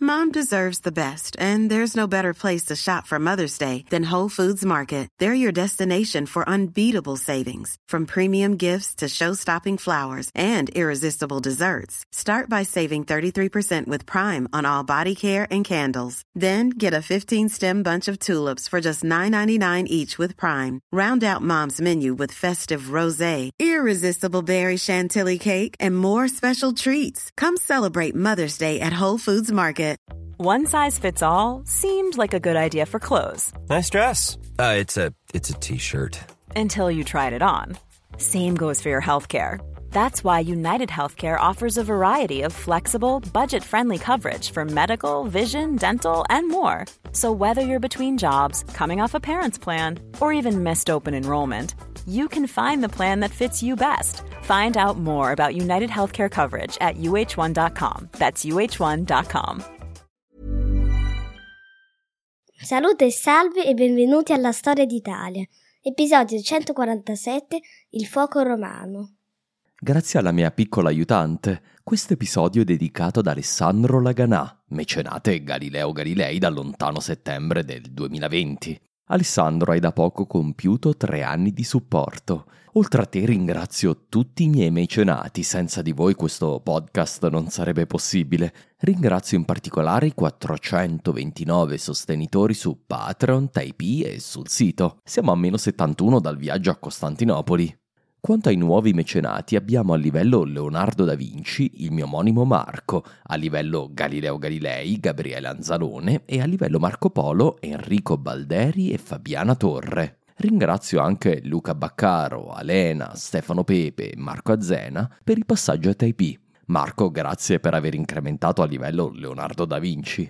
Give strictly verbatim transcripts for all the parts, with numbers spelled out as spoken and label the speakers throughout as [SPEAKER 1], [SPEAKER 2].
[SPEAKER 1] Mom deserves the best, and there's no better place to shop for Mother's Day than Whole Foods Market. They're your destination for unbeatable savings, from premium gifts to show-stopping flowers and irresistible desserts. Start by saving thirty-three percent with Prime on all body care and candles. Then get a fifteen-stem bunch of tulips for just nine ninety-nine each with Prime. Round out Mom's menu with festive rosé, irresistible berry chantilly cake, and more special treats. Come celebrate Mother's Day at Whole Foods Market.
[SPEAKER 2] One size fits all seemed like a good idea for clothes.
[SPEAKER 3] Nice dress. Uh, it's a it's a t-shirt.
[SPEAKER 2] Until you tried it on. Same goes for your healthcare. That's why United Healthcare offers a variety of flexible, budget-friendly coverage for medical, vision, dental, and more. So whether you're between jobs, coming off a parent's plan, or even missed open enrollment, you can find the plan that fits you best. Find out more about United Healthcare coverage at U H one dot com. That's U H one dot com.
[SPEAKER 4] Salute e salve e benvenuti alla Storia d'Italia. Episodio centoquarantasette, Il fuoco romano.
[SPEAKER 5] Grazie alla mia piccola aiutante, questo episodio è dedicato ad Alessandro Laganà, mecenate Galileo Galilei dal lontano settembre del duemilaventi. Alessandro, hai da poco compiuto tre anni di supporto. Oltre a te ringrazio tutti i miei mecenati, senza di voi questo podcast non sarebbe possibile. Ringrazio in particolare i quattrocentoventinove sostenitori su Patreon, Tipeee e sul sito. Siamo a meno settantuno dal viaggio a Costantinopoli. Quanto ai nuovi mecenati abbiamo a livello Leonardo da Vinci il mio omonimo Marco, a livello Galileo Galilei Gabriele Anzalone e a livello Marco Polo Enrico Balderi e Fabiana Torre. Ringrazio anche Luca Baccaro, Alena, Stefano Pepe e Marco Azzena per il passaggio a Tipeee. Marco, grazie per aver incrementato a livello Leonardo da Vinci.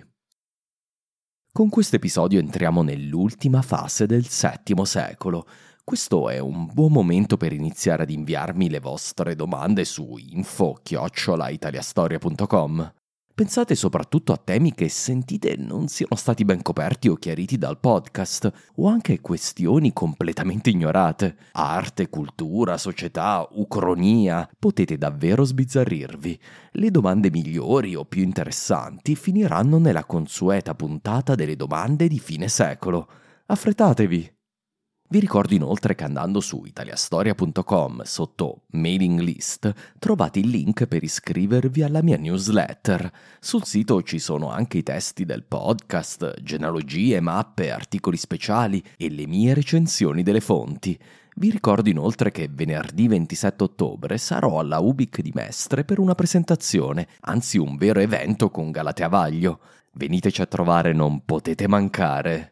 [SPEAKER 5] Con questo episodio entriamo nell'ultima fase del settimo secolo. Questo è un buon momento per iniziare ad inviarmi le vostre domande su info chiocciola italiastoria punto com. Pensate soprattutto a temi che sentite non siano stati ben coperti o chiariti dal podcast, o anche questioni completamente ignorate. Arte, cultura, società, ucronia. Potete davvero sbizzarrirvi. Le domande migliori o più interessanti finiranno nella consueta puntata delle domande di fine secolo. Affrettatevi! Vi ricordo inoltre che andando su italiastoria punto com sotto mailing list trovate il link per iscrivervi alla mia newsletter. Sul sito ci sono anche i testi del podcast, genealogie, mappe, articoli speciali e le mie recensioni delle fonti. Vi ricordo inoltre che venerdì ventisette ottobre sarò alla Ubic di Mestre per una presentazione, anzi un vero evento con Galatea Vaglio. Veniteci a trovare, non potete mancare.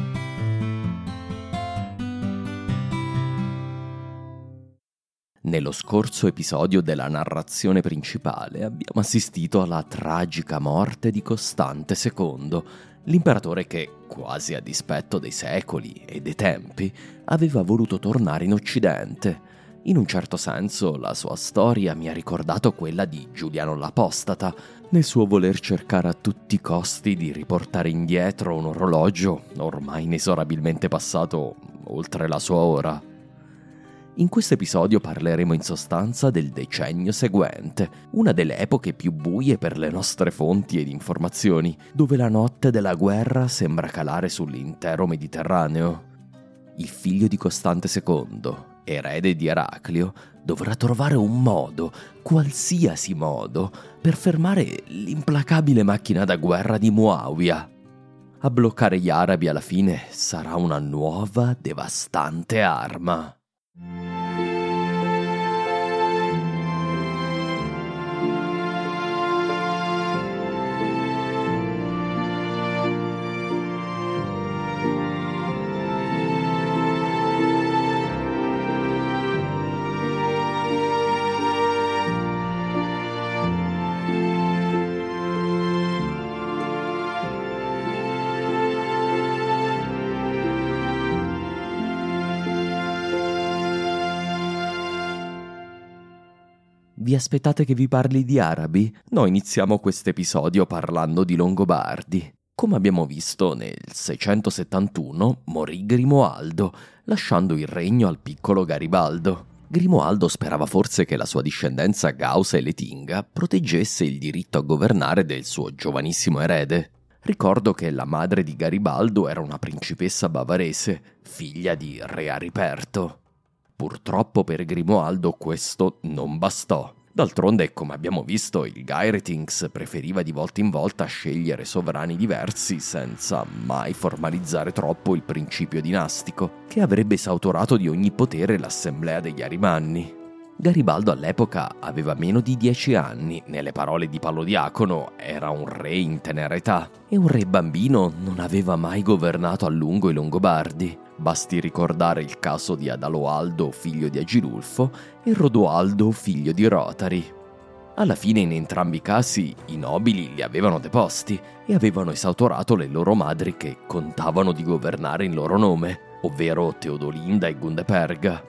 [SPEAKER 5] Nello scorso episodio della narrazione principale abbiamo assistito alla tragica morte di Costante secondo, l'imperatore che, quasi a dispetto dei secoli e dei tempi, aveva voluto tornare in Occidente. In un certo senso la sua storia mi ha ricordato quella di Giuliano l'Apostata, nel suo voler cercare a tutti i costi di riportare indietro un orologio ormai inesorabilmente passato oltre la sua ora. In questo episodio parleremo in sostanza del decennio seguente, una delle epoche più buie per le nostre fonti ed informazioni, dove la notte della guerra sembra calare sull'intero Mediterraneo. Il figlio di Costante secondo, erede di Eraclio, dovrà trovare un modo, qualsiasi modo, per fermare l'implacabile macchina da guerra di Muawiyah. A bloccare gli arabi alla fine sarà una nuova, devastante arma. Vi aspettate che vi parli di arabi? Noi iniziamo questo episodio parlando di Longobardi. Come abbiamo visto, nel seicentosettantuno morì Grimoaldo, lasciando il regno al piccolo Garibaldo. Grimoaldo sperava forse che la sua discendenza gausa e letinga proteggesse il diritto a governare del suo giovanissimo erede. Ricordo che la madre di Garibaldo era una principessa bavarese, figlia di re Ariperto. Purtroppo per Grimoaldo questo non bastò. D'altronde, come abbiamo visto, il Geiretings preferiva di volta in volta scegliere sovrani diversi senza mai formalizzare troppo il principio dinastico, che avrebbe esautorato di ogni potere l'assemblea degli Arimanni. Garibaldo all'epoca aveva meno di dieci anni, nelle parole di Paolo Diacono era un re in tenera età, e un re bambino non aveva mai governato a lungo i Longobardi. Basti ricordare il caso di Adaloaldo, figlio di Agilulfo, e Rodoaldo, figlio di Rotari. Alla fine in entrambi i casi i nobili li avevano deposti e avevano esautorato le loro madri che contavano di governare in loro nome, ovvero Teodolinda e Gundeperga.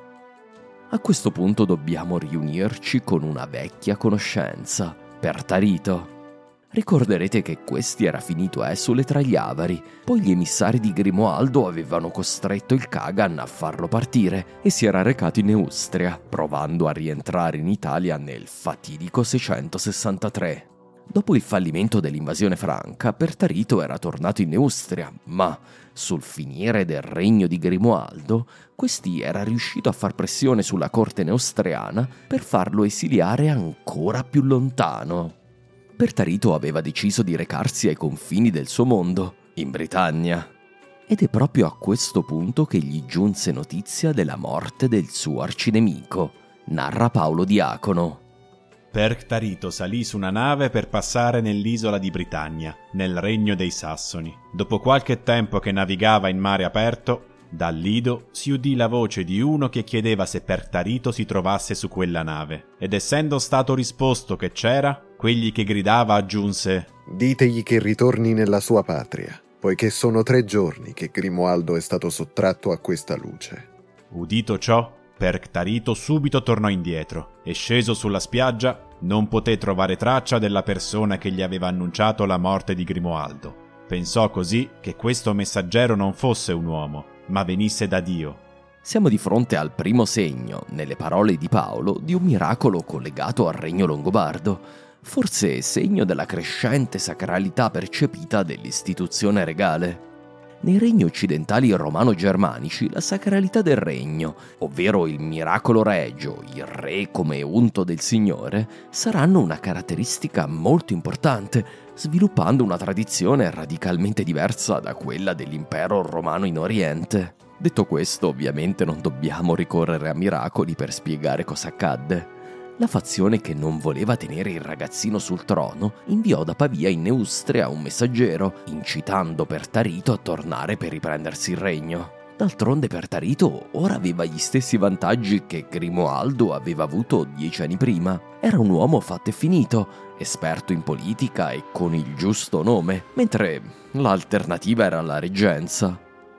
[SPEAKER 5] A questo punto dobbiamo riunirci con una vecchia conoscenza, Pertarito. Ricorderete che questi era finito esule tra gli Avari, poi gli emissari di Grimoaldo avevano costretto il Kagan a farlo partire e si era recato in Neustria, provando a rientrare in Italia nel fatidico seicentosessantatré. Dopo il fallimento dell'invasione franca, Pertarito era tornato in Neustria, ma sul finire del regno di Grimoaldo, questi era riuscito a far pressione sulla corte neustriana per farlo esiliare ancora più lontano. Pertarito aveva deciso di recarsi ai confini del suo mondo, in Britannia. Ed è proprio a questo punto che gli giunse notizia della morte del suo arcinemico, narra Paolo Diacono.
[SPEAKER 6] Pertarito salì su una nave per passare nell'isola di Britannia, nel regno dei Sassoni. Dopo qualche tempo che navigava in mare aperto, dal lido si udì la voce di uno che chiedeva se Pertarito si trovasse su quella nave, ed essendo stato risposto che c'era, quegli che gridava aggiunse:
[SPEAKER 7] «Ditegli che ritorni nella sua patria, poiché sono tre giorni che Grimoaldo è stato sottratto a questa luce».
[SPEAKER 6] Udito ciò, Pertarito subito tornò indietro e sceso sulla spiaggia non poté trovare traccia della persona che gli aveva annunciato la morte di Grimoaldo. Pensò così che questo messaggero non fosse un uomo, ma venisse da Dio.
[SPEAKER 5] Siamo di fronte al primo segno, nelle parole di Paolo, di un miracolo collegato al regno longobardo, forse segno della crescente sacralità percepita dell'istituzione regale. Nei regni occidentali romano-germanici la sacralità del regno, ovvero il miracolo regio, il re come unto del Signore, saranno una caratteristica molto importante, sviluppando una tradizione radicalmente diversa da quella dell'impero romano in Oriente. Detto questo, ovviamente non dobbiamo ricorrere a miracoli per spiegare cosa accadde. La fazione che non voleva tenere il ragazzino sul trono inviò da Pavia in Neustria un messaggero, incitando Pertarito a tornare per riprendersi il regno. D'altronde Pertarito ora aveva gli stessi vantaggi che Grimoaldo aveva avuto dieci anni prima. Era un uomo fatto e finito, esperto in politica e con il giusto nome, mentre l'alternativa era la reggenza.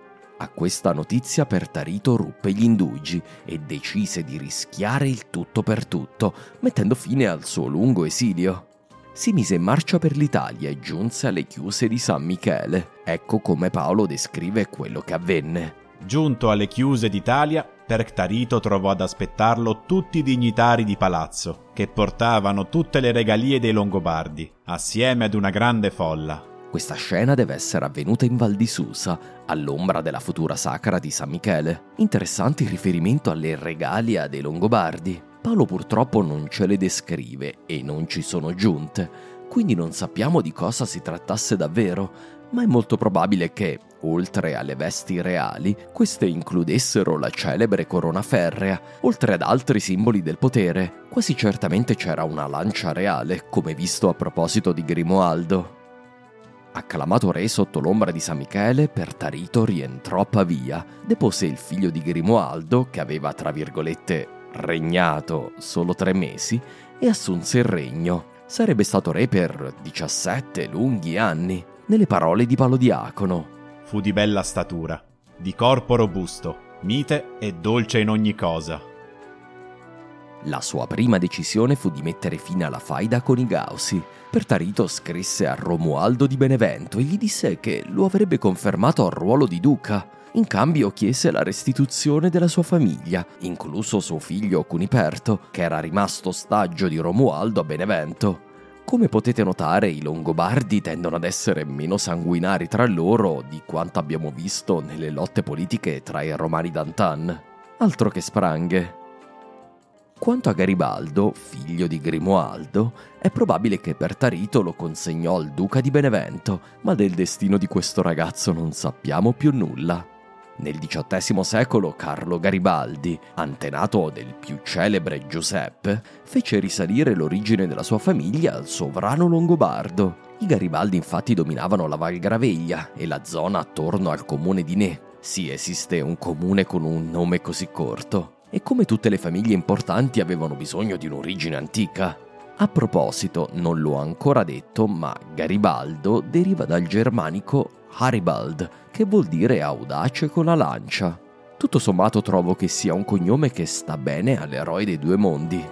[SPEAKER 5] A questa notizia Pertarito ruppe gli indugi e decise di rischiare il tutto per tutto, mettendo fine al suo lungo esilio. Si mise in marcia per l'Italia e giunse alle chiuse di San Michele. Ecco come Paolo descrive quello che avvenne.
[SPEAKER 6] Giunto alle chiuse d'Italia, Pertarito trovò ad aspettarlo tutti i dignitari di palazzo, che portavano tutte le regalie dei Longobardi, assieme ad una grande folla.
[SPEAKER 5] Questa scena deve essere avvenuta in Val di Susa, all'ombra della futura sacra di San Michele. Interessante il riferimento alle regalia dei Longobardi. Paolo purtroppo non ce le descrive e non ci sono giunte, quindi non sappiamo di cosa si trattasse davvero, ma è molto probabile che, oltre alle vesti reali, queste includessero la celebre corona ferrea, oltre ad altri simboli del potere. Quasi certamente c'era una lancia reale, come visto a proposito di Grimoaldo. Acclamato re sotto l'ombra di San Michele, Pertarito rientrò a Pavia, depose il figlio di Grimoaldo, che aveva tra virgolette regnato solo tre mesi, e assunse il regno. Sarebbe stato re per diciassette lunghi anni. Nelle parole di Paolo Diacono:
[SPEAKER 6] fu di bella statura, di corpo robusto, mite e dolce in ogni cosa.
[SPEAKER 5] La sua prima decisione fu di mettere fine alla faida con i Gausi. Pertarito scrisse a Romualdo di Benevento e gli disse che lo avrebbe confermato al ruolo di duca. In cambio chiese la restituzione della sua famiglia, incluso suo figlio Cuniperto, che era rimasto ostaggio di Romualdo a Benevento. Come potete notare, i Longobardi tendono ad essere meno sanguinari tra loro di quanto abbiamo visto nelle lotte politiche tra i Romani d'antan. Altro che spranghe. Quanto a Garibaldo, figlio di Grimoaldo, è probabile che Pertarito lo consegnò al duca di Benevento, ma del destino di questo ragazzo non sappiamo più nulla. Nel diciottesimo secolo Carlo Garibaldi, antenato del più celebre Giuseppe, fece risalire l'origine della sua famiglia al sovrano longobardo. I Garibaldi infatti dominavano la Val Graveglia e la zona attorno al comune di Ne. Sì, esiste un comune con un nome così corto. E come tutte le famiglie importanti avevano bisogno di un'origine antica. A proposito, non l'ho ancora detto, ma Garibaldo deriva dal germanico Haribald, che vuol dire audace con la lancia. Tutto sommato trovo che sia un cognome che sta bene all'eroe dei due mondi.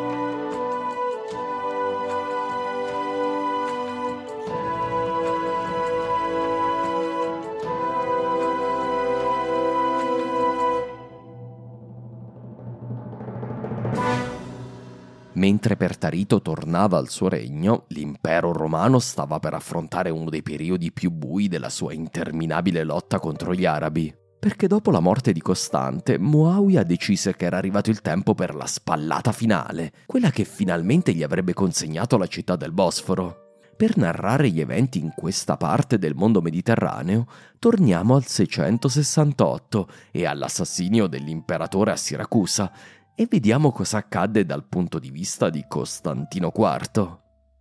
[SPEAKER 5] Mentre Pertarito tornava al suo regno, l'impero romano stava per affrontare uno dei periodi più bui della sua interminabile lotta contro gli arabi. Perché dopo la morte di Costante, Muawiyah decise che era arrivato il tempo per la spallata finale, quella che finalmente gli avrebbe consegnato la città del Bosforo. Per narrare gli eventi in questa parte del mondo mediterraneo, torniamo al seicentosessantotto e all'assassinio dell'imperatore a Siracusa, e vediamo cosa accadde dal punto di vista di Costantino quarto.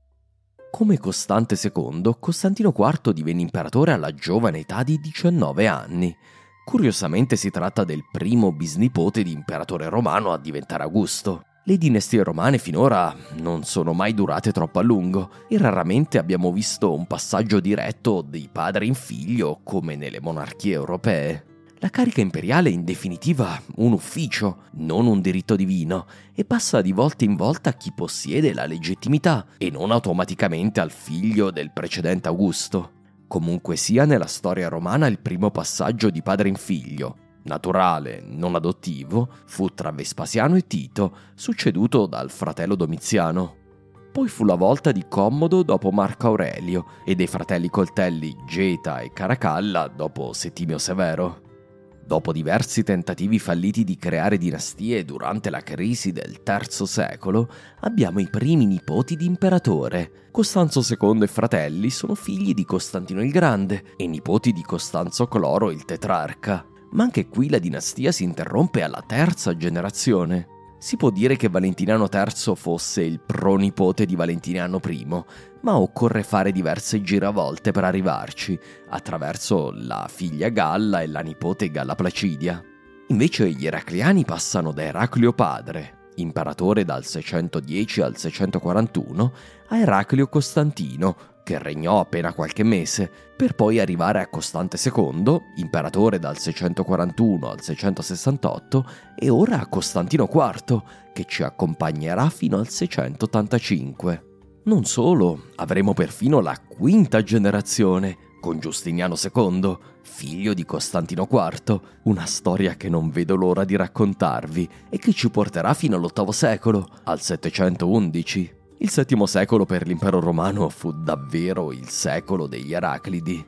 [SPEAKER 5] Come Costante secondo, Costantino quarto divenne imperatore alla giovane età di diciannove anni. Curiosamente si tratta del primo bisnipote di imperatore romano a diventare Augusto. Le dinastie romane finora non sono mai durate troppo a lungo e raramente abbiamo visto un passaggio diretto di padre in figlio come nelle monarchie europee. La carica imperiale è in definitiva un ufficio, non un diritto divino, e passa di volta in volta a chi possiede la legittimità e non automaticamente al figlio del precedente Augusto. Comunque sia, nella storia romana il primo passaggio di padre in figlio, naturale, non adottivo, fu tra Vespasiano e Tito, succeduto dal fratello Domiziano. Poi fu la volta di Commodo dopo Marco Aurelio e dei fratelli coltelli Geta e Caracalla dopo Settimio Severo. Dopo diversi tentativi falliti di creare dinastie durante la crisi del terzo secolo, abbiamo i primi nipoti di imperatore. Costanzo secondo e fratelli sono figli di Costantino il Grande e nipoti di Costanzo Cloro il tetrarca. Ma anche qui la dinastia si interrompe alla terza generazione. Si può dire che Valentiniano terzo fosse il pronipote di Valentiniano primo, ma occorre fare diverse giravolte per arrivarci, attraverso la figlia Galla e la nipote Galla Placidia. Invece gli eracliani passano da Eraclio padre, imperatore dal seicentodieci al seicentoquarantuno, a Eraclio Costantino, che regnò appena qualche mese, per poi arrivare a Costante secondo, imperatore dal seicentoquarantuno al seicentosessantotto, e ora a Costantino quarto, che ci accompagnerà fino al seicentottantacinque. Non solo, avremo perfino la quinta generazione, con Giustiniano secondo, figlio di Costantino quarto, una storia che non vedo l'ora di raccontarvi e che ci porterà fino all'ottavo secolo, al settecentoundici. Il settimo secolo per l'impero romano fu davvero il secolo degli Eraclidi.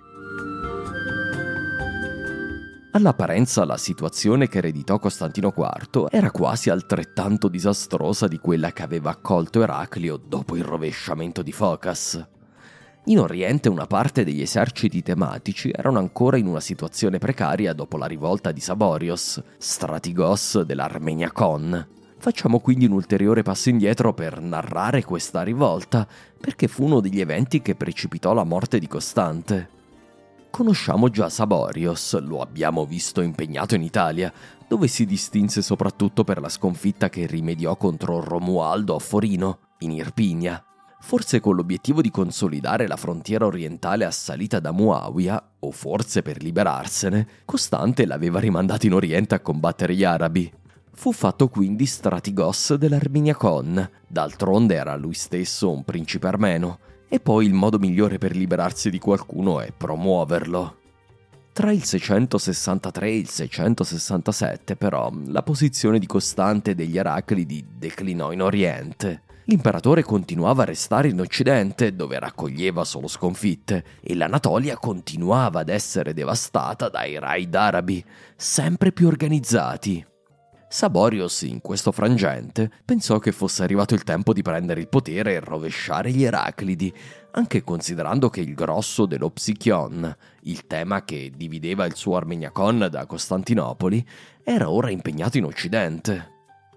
[SPEAKER 5] All'apparenza la situazione che ereditò Costantino quarto era quasi altrettanto disastrosa di quella che aveva accolto Eraclio dopo il rovesciamento di Focas. In Oriente una parte degli eserciti tematici erano ancora in una situazione precaria dopo la rivolta di Saborios, stratigos dell'Armenia Con. Facciamo quindi un ulteriore passo indietro per narrare questa rivolta, perché fu uno degli eventi che precipitò la morte di Costante. Conosciamo già Saborios, lo abbiamo visto impegnato in Italia, dove si distinse soprattutto per la sconfitta che rimediò contro Romualdo a Forino, in Irpinia. Forse con l'obiettivo di consolidare la frontiera orientale assalita da Muawiyah, o forse per liberarsene, Costante l'aveva rimandato in Oriente a combattere gli arabi. Fu fatto quindi stratigos dell'Arminiakon, d'altronde era lui stesso un principe armeno, e poi il modo migliore per liberarsi di qualcuno è promuoverlo. Tra il seicentosessantatré e il seicentosessantasette, però, la posizione di Costante degli Eraclidi declinò in Oriente. L'imperatore continuava a restare in Occidente, dove raccoglieva solo sconfitte, e l'Anatolia continuava ad essere devastata dai raid arabi, sempre più organizzati. Saborios, in questo frangente, pensò che fosse arrivato il tempo di prendere il potere e rovesciare gli Eraclidi, anche considerando che il grosso dello Psichion, il tema che divideva il suo Armeniakon da Costantinopoli, era ora impegnato in Occidente.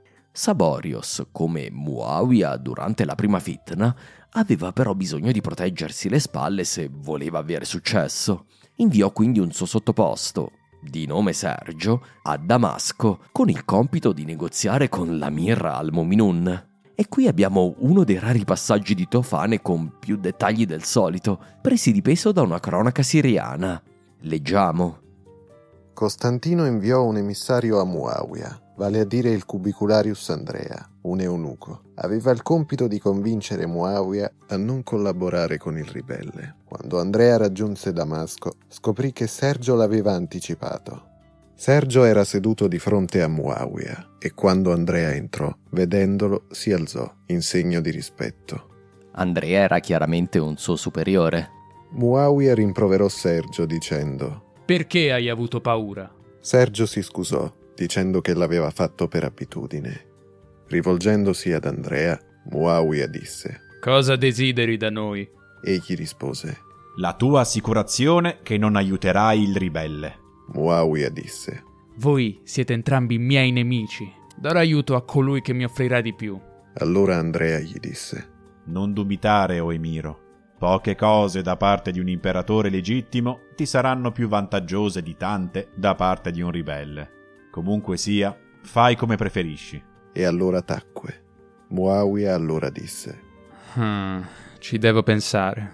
[SPEAKER 5] Saborios, come Muawiyah durante la prima fitna, aveva però bisogno di proteggersi le spalle se voleva avere successo. Inviò quindi un suo sottoposto, di nome Sergio, a Damasco, con il compito di negoziare con l'Amir al-Muminun. E qui abbiamo uno dei rari passaggi di Teofane con più dettagli del solito, presi di peso da una cronaca siriana. Leggiamo.
[SPEAKER 7] Costantino inviò un emissario a Muawiyah, vale a dire il cubicularius Andrea, un eunuco. Aveva il compito di convincere Muawiyah a non collaborare con il ribelle. Quando Andrea raggiunse Damasco, scoprì che Sergio l'aveva anticipato. Sergio era seduto di fronte a Muawiyah e quando Andrea entrò, vedendolo, si alzò in segno di rispetto.
[SPEAKER 5] Andrea era chiaramente un suo superiore.
[SPEAKER 7] Muawiyah rimproverò Sergio dicendo:
[SPEAKER 8] «Perché hai avuto paura?»
[SPEAKER 7] Sergio si scusò, dicendo che l'aveva fatto per abitudine. Rivolgendosi ad Andrea, Muawiyah disse:
[SPEAKER 8] «Cosa desideri da noi?»
[SPEAKER 7] Egli rispose:
[SPEAKER 6] «La tua assicurazione che non aiuterai il ribelle».
[SPEAKER 7] Muawiyah disse:
[SPEAKER 8] «Voi siete entrambi miei nemici. Darò aiuto a colui che mi offrirà di più».
[SPEAKER 7] Allora Andrea gli disse:
[SPEAKER 6] «Non dubitare, o Emiro. Poche cose da parte di un imperatore legittimo ti saranno più vantaggiose di tante da parte di un ribelle. Comunque sia, fai come preferisci».
[SPEAKER 7] E allora tacque. Muawiyah allora disse:
[SPEAKER 8] Hmm, ci devo pensare.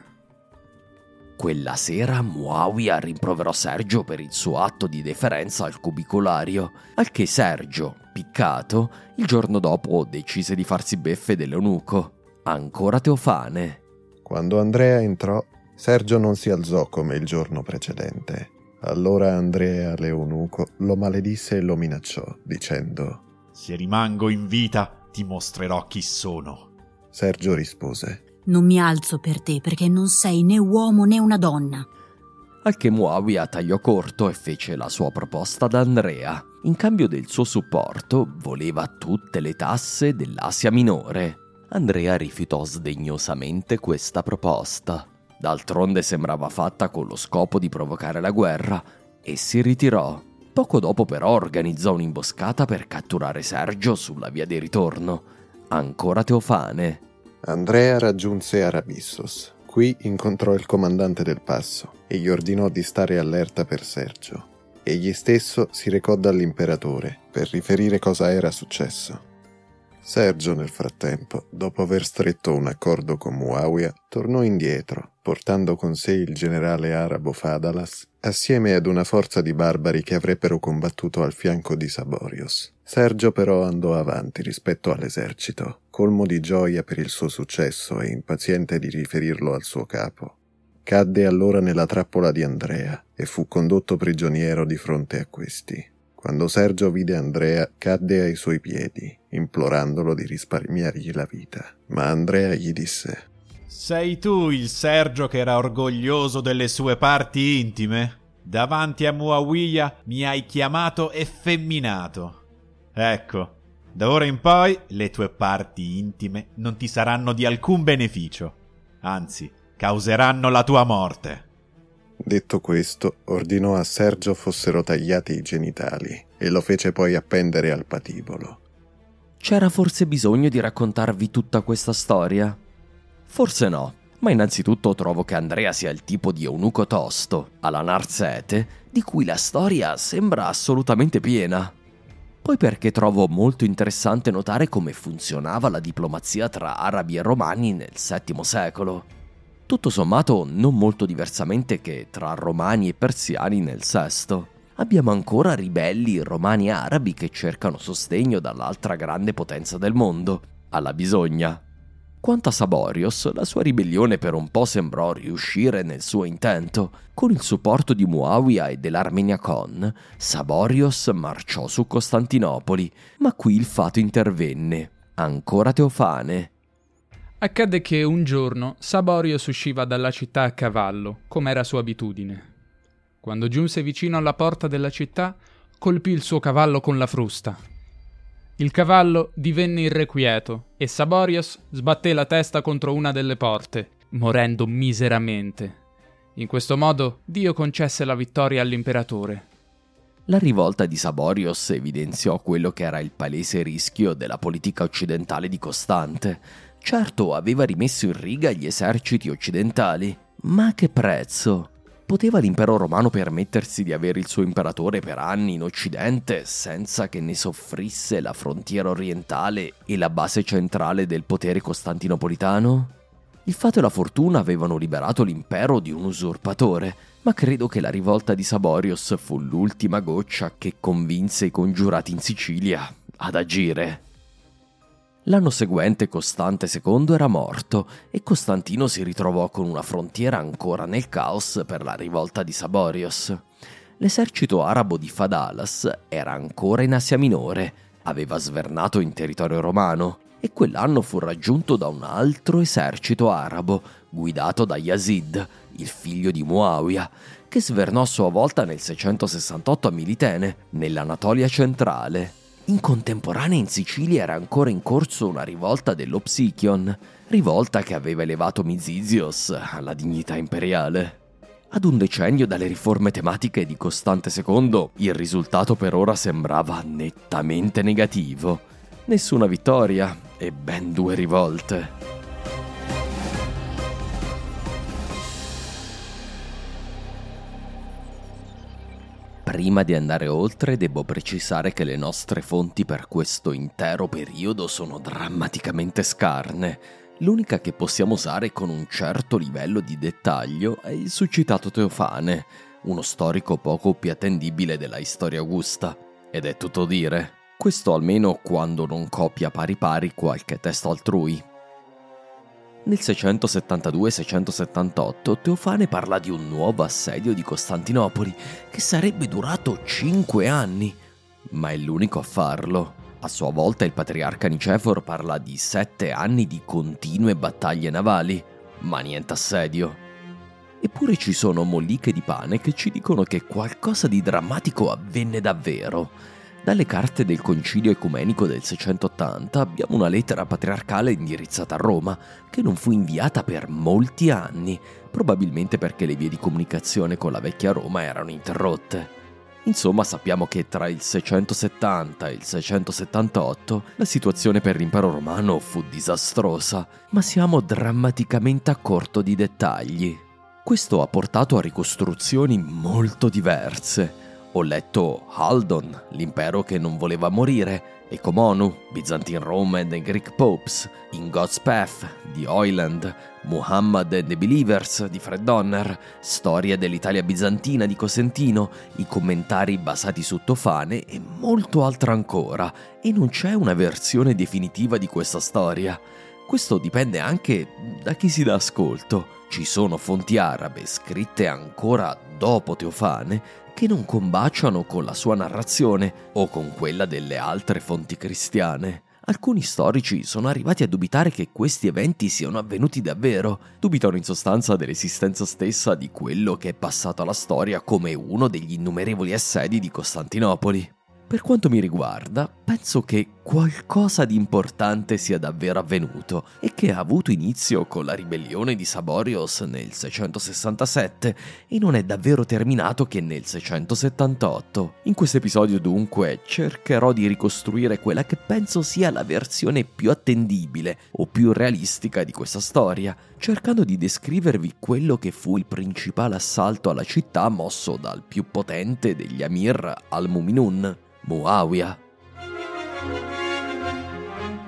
[SPEAKER 5] Quella sera Muawiyah rimproverò Sergio per il suo atto di deferenza al cubicolario, al che Sergio, piccato, il giorno dopo decise di farsi beffe dell'eunuco. Ancora Teofane.
[SPEAKER 7] Quando Andrea entrò, Sergio non si alzò come il giorno precedente. Allora Andrea, l'eunuco, lo maledisse e lo minacciò, dicendo:
[SPEAKER 6] «Se rimango in vita, ti mostrerò chi sono».
[SPEAKER 7] Sergio rispose:
[SPEAKER 9] «Non mi alzo per te perché non sei né uomo né una donna».
[SPEAKER 5] Al che Muawiyah tagliò corto e fece la sua proposta ad Andrea. In cambio del suo supporto, voleva tutte le tasse dell'Asia Minore. Andrea rifiutò sdegnosamente questa proposta. D'altronde sembrava fatta con lo scopo di provocare la guerra e si ritirò. Poco dopo però organizzò un'imboscata per catturare Sergio sulla via di ritorno. Ancora Teofane.
[SPEAKER 7] Andrea raggiunse Arabissos. Qui incontrò il comandante del passo e gli ordinò di stare allerta per Sergio. Egli stesso si recò dall'imperatore per riferire cosa era successo. Sergio, nel frattempo, dopo aver stretto un accordo con Muawiyah, tornò indietro, portando con sé il generale arabo Fadalas, assieme ad una forza di barbari che avrebbero combattuto al fianco di Saborios. Sergio però andò avanti rispetto all'esercito, colmo di gioia per il suo successo e impaziente di riferirlo al suo capo. Cadde allora nella trappola di Andrea e fu condotto prigioniero di fronte a questi. Quando Sergio vide Andrea, cadde ai suoi piedi, implorandolo di risparmiargli la vita. Ma Andrea gli disse:
[SPEAKER 6] «Sei tu il Sergio che era orgoglioso delle sue parti intime? Davanti a Muawiyah mi hai chiamato effemminato. Ecco, da ora in poi le tue parti intime non ti saranno di alcun beneficio. Anzi, causeranno la tua morte».
[SPEAKER 7] Detto questo, ordinò a Sergio fossero tagliati i genitali e lo fece poi appendere al patibolo.
[SPEAKER 5] C'era forse bisogno di raccontarvi tutta questa storia? Forse no, ma innanzitutto trovo che Andrea sia il tipo di eunuco tosto, alla Narsete, di cui la storia sembra assolutamente piena. Poi perché trovo molto interessante notare come funzionava la diplomazia tra arabi e romani nel settimo secolo. Tutto sommato non molto diversamente che tra romani e persiani nel sesto. Abbiamo ancora ribelli romani e arabi che cercano sostegno dall'altra grande potenza del mondo, alla bisogna. Quanto a Saborios, la sua ribellione per un po' sembrò riuscire nel suo intento. Con il supporto di Muawiyah e dell'Armenia Khan, Saborios marciò su Costantinopoli, ma qui il fato intervenne. Ancora Teofane.
[SPEAKER 8] Accadde che un giorno Saborios usciva dalla città a cavallo, come era sua abitudine. Quando giunse vicino alla porta della città, colpì il suo cavallo con la frusta. Il cavallo divenne irrequieto e Saborios sbatté la testa contro una delle porte, morendo miseramente. In questo modo Dio concesse la vittoria all'imperatore.
[SPEAKER 5] La rivolta di Saborios evidenziò quello che era il palese rischio della politica occidentale di Costante. Certo, aveva rimesso in riga gli eserciti occidentali, ma a che prezzo? Poteva l'impero romano permettersi di avere il suo imperatore per anni in Occidente senza che ne soffrisse la frontiera orientale e la base centrale del potere costantinopolitano? Il fato e la fortuna avevano liberato l'impero di un usurpatore, ma credo che la rivolta di Saborios fu l'ultima goccia che convinse i congiurati in Sicilia ad agire. L'anno seguente Costante secondo era morto e Costantino si ritrovò con una frontiera ancora nel caos per la rivolta di Saborios. L'esercito arabo di Fadalas era ancora in Asia Minore, aveva svernato in territorio romano e quell'anno fu raggiunto da un altro esercito arabo guidato da Yazid, il figlio di Muawiyah, che svernò a sua volta nel seicentosessantotto a Militene, nell'Anatolia centrale. In contemporanea in Sicilia era ancora in corso una rivolta dello Psichion, rivolta che aveva elevato Misizios alla dignità imperiale. Ad un decennio dalle riforme tematiche di Costante secondo, il risultato per ora sembrava nettamente negativo. Nessuna vittoria e ben due rivolte. Prima di andare oltre, devo precisare che le nostre fonti per questo intero periodo sono drammaticamente scarne. L'unica che possiamo usare con un certo livello di dettaglio è il succitato Teofane, uno storico poco più attendibile della storia augusta. Ed è tutto dire. Questo almeno quando non copia pari pari qualche testo altrui. Nel seicentosettantadue seicentosettantotto Teofane parla di un nuovo assedio di Costantinopoli che sarebbe durato cinque anni, ma è l'unico a farlo. A sua volta il patriarca Nicefor parla di sette anni di continue battaglie navali, ma niente assedio. Eppure ci sono molliche di pane che ci dicono che qualcosa di drammatico avvenne davvero. Dalle carte del Concilio Ecumenico del seicentottanta abbiamo una lettera patriarcale indirizzata a Roma, che non fu inviata per molti anni, probabilmente perché le vie di comunicazione con la vecchia Roma erano interrotte. Insomma, sappiamo che tra il seicentosettanta e il seicentosettantotto la situazione per l'impero romano fu disastrosa, ma siamo drammaticamente a corto di dettagli. Questo ha portato a ricostruzioni molto diverse. Ho letto Haldon, l'impero che non voleva morire, Ecomonu, Byzantine Rome and the Greek Popes, In God's Path di Hoyland, Muhammad and the Believers di Fred Donner, Storia dell'Italia bizantina di Cosentino, i commentari basati su Teofane e molto altro ancora, e non c'è una versione definitiva di questa storia. Questo dipende anche da chi si dà ascolto. Ci sono fonti arabe scritte ancora dopo Teofane che non combaciano con la sua narrazione o con quella delle altre fonti cristiane. Alcuni storici sono arrivati a dubitare che questi eventi siano avvenuti davvero, dubitano in sostanza dell'esistenza stessa di quello che è passato alla storia come uno degli innumerevoli assedi di Costantinopoli. Per quanto mi riguarda, penso che qualcosa di importante sia davvero avvenuto e che ha avuto inizio con la ribellione di Saborios nel seicentosessantasette e non è davvero terminato che nel seicentosettantotto. In questo episodio dunque cercherò di ricostruire quella che penso sia la versione più attendibile o più realistica di questa storia, cercando di descrivervi quello che fu il principale assalto alla città mosso dal più potente degli Amir al-Muminun, Muawiyah.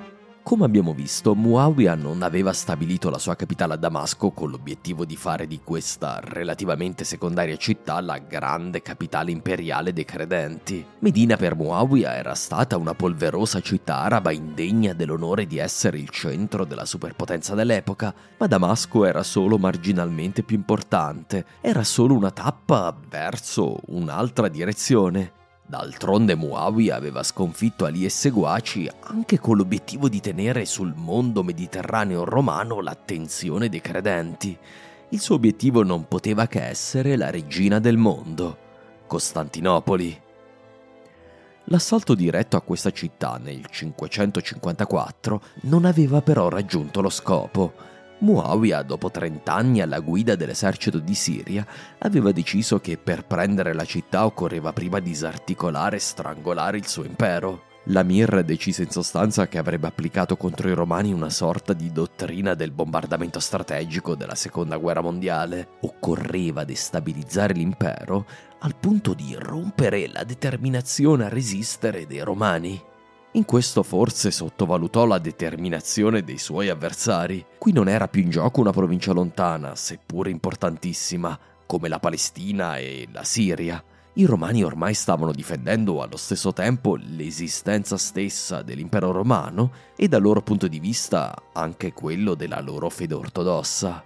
[SPEAKER 5] Come abbiamo visto, Muawiyah non aveva stabilito la sua capitale a Damasco con l'obiettivo di fare di questa relativamente secondaria città la grande capitale imperiale dei credenti. Medina per Muawiyah era stata una polverosa città araba indegna dell'onore di essere il centro della superpotenza dell'epoca, ma Damasco era solo marginalmente più importante, era solo una tappa verso un'altra direzione. D'altronde Muawiyah aveva sconfitto Ali e seguaci anche con l'obiettivo di tenere sul mondo mediterraneo romano l'attenzione dei credenti. Il suo obiettivo non poteva che essere la regina del mondo, Costantinopoli. L'assalto diretto a questa città nel cinquecentocinquantaquattro non aveva però raggiunto lo scopo. Muawiyah, dopo trent'anni alla guida dell'esercito di Siria, aveva deciso che per prendere la città occorreva prima disarticolare e strangolare il suo impero. L'Amir decise in sostanza che avrebbe applicato contro i Romani una sorta di dottrina del bombardamento strategico della Seconda Guerra Mondiale. Occorreva destabilizzare l'impero al punto di rompere la determinazione a resistere dei Romani. In questo forse sottovalutò la determinazione dei suoi avversari. Qui non era più in gioco una provincia lontana, seppur importantissima, come la Palestina e la Siria. I Romani ormai stavano difendendo allo stesso tempo l'esistenza stessa dell'impero romano e dal loro punto di vista anche quello della loro fede ortodossa.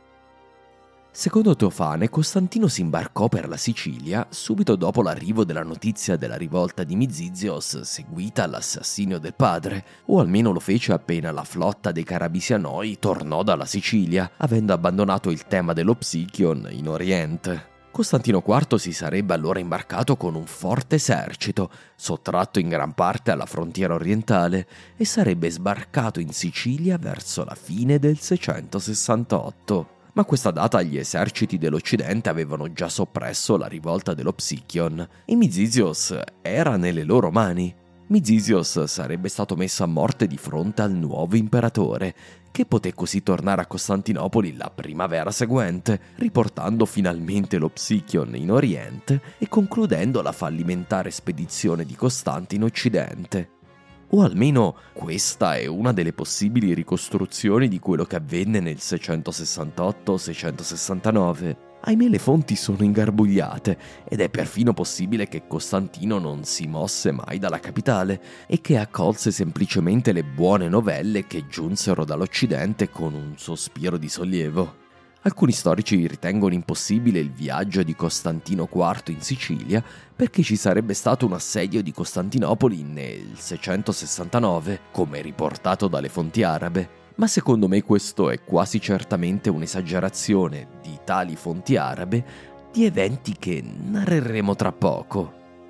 [SPEAKER 5] Secondo Teofane, Costantino si imbarcò per la Sicilia subito dopo l'arrivo della notizia della rivolta di Mizizios seguita all'assassinio del padre, o almeno lo fece appena la flotta dei Carabisianoi tornò dalla Sicilia, avendo abbandonato il tema dello Psichion in Oriente. Costantino quarto si sarebbe allora imbarcato con un forte esercito, sottratto in gran parte alla frontiera orientale, e sarebbe sbarcato in Sicilia verso la fine del seicentosessantotto. Ma a questa data gli eserciti dell'Occidente avevano già soppresso la rivolta dello Psichion e Mizizios era nelle loro mani. Mizizios sarebbe stato messo a morte di fronte al nuovo imperatore, che poté così tornare a Costantinopoli la primavera seguente, riportando finalmente lo Psichion in Oriente e concludendo la fallimentare spedizione di Costante in Occidente. O almeno questa è una delle possibili ricostruzioni di quello che avvenne nel seicentosessantotto seicentosessantanove. Ahimè, le fonti sono ingarbugliate ed è perfino possibile che Costantino non si mosse mai dalla capitale e che accolse semplicemente le buone novelle che giunsero dall'Occidente con un sospiro di sollievo. Alcuni storici ritengono impossibile il viaggio di Costantino quarto in Sicilia perché ci sarebbe stato un assedio di Costantinopoli nel seicentosessantanove, come riportato dalle fonti arabe, ma secondo me questo è quasi certamente un'esagerazione di tali fonti arabe di eventi che narreremo tra poco.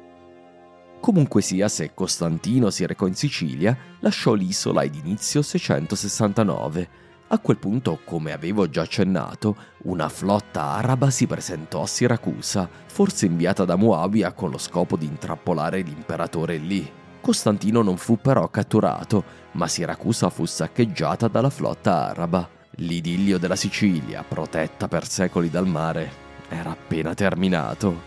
[SPEAKER 5] Comunque sia, se Costantino si recò in Sicilia, lasciò l'isola ad inizio seicentosessantanove. A quel punto, come avevo già accennato, una flotta araba si presentò a Siracusa, forse inviata da Muawiyah con lo scopo di intrappolare l'imperatore lì. Costantino non fu però catturato, ma Siracusa fu saccheggiata dalla flotta araba. L'idillio della Sicilia, protetta per secoli dal mare, era appena terminato.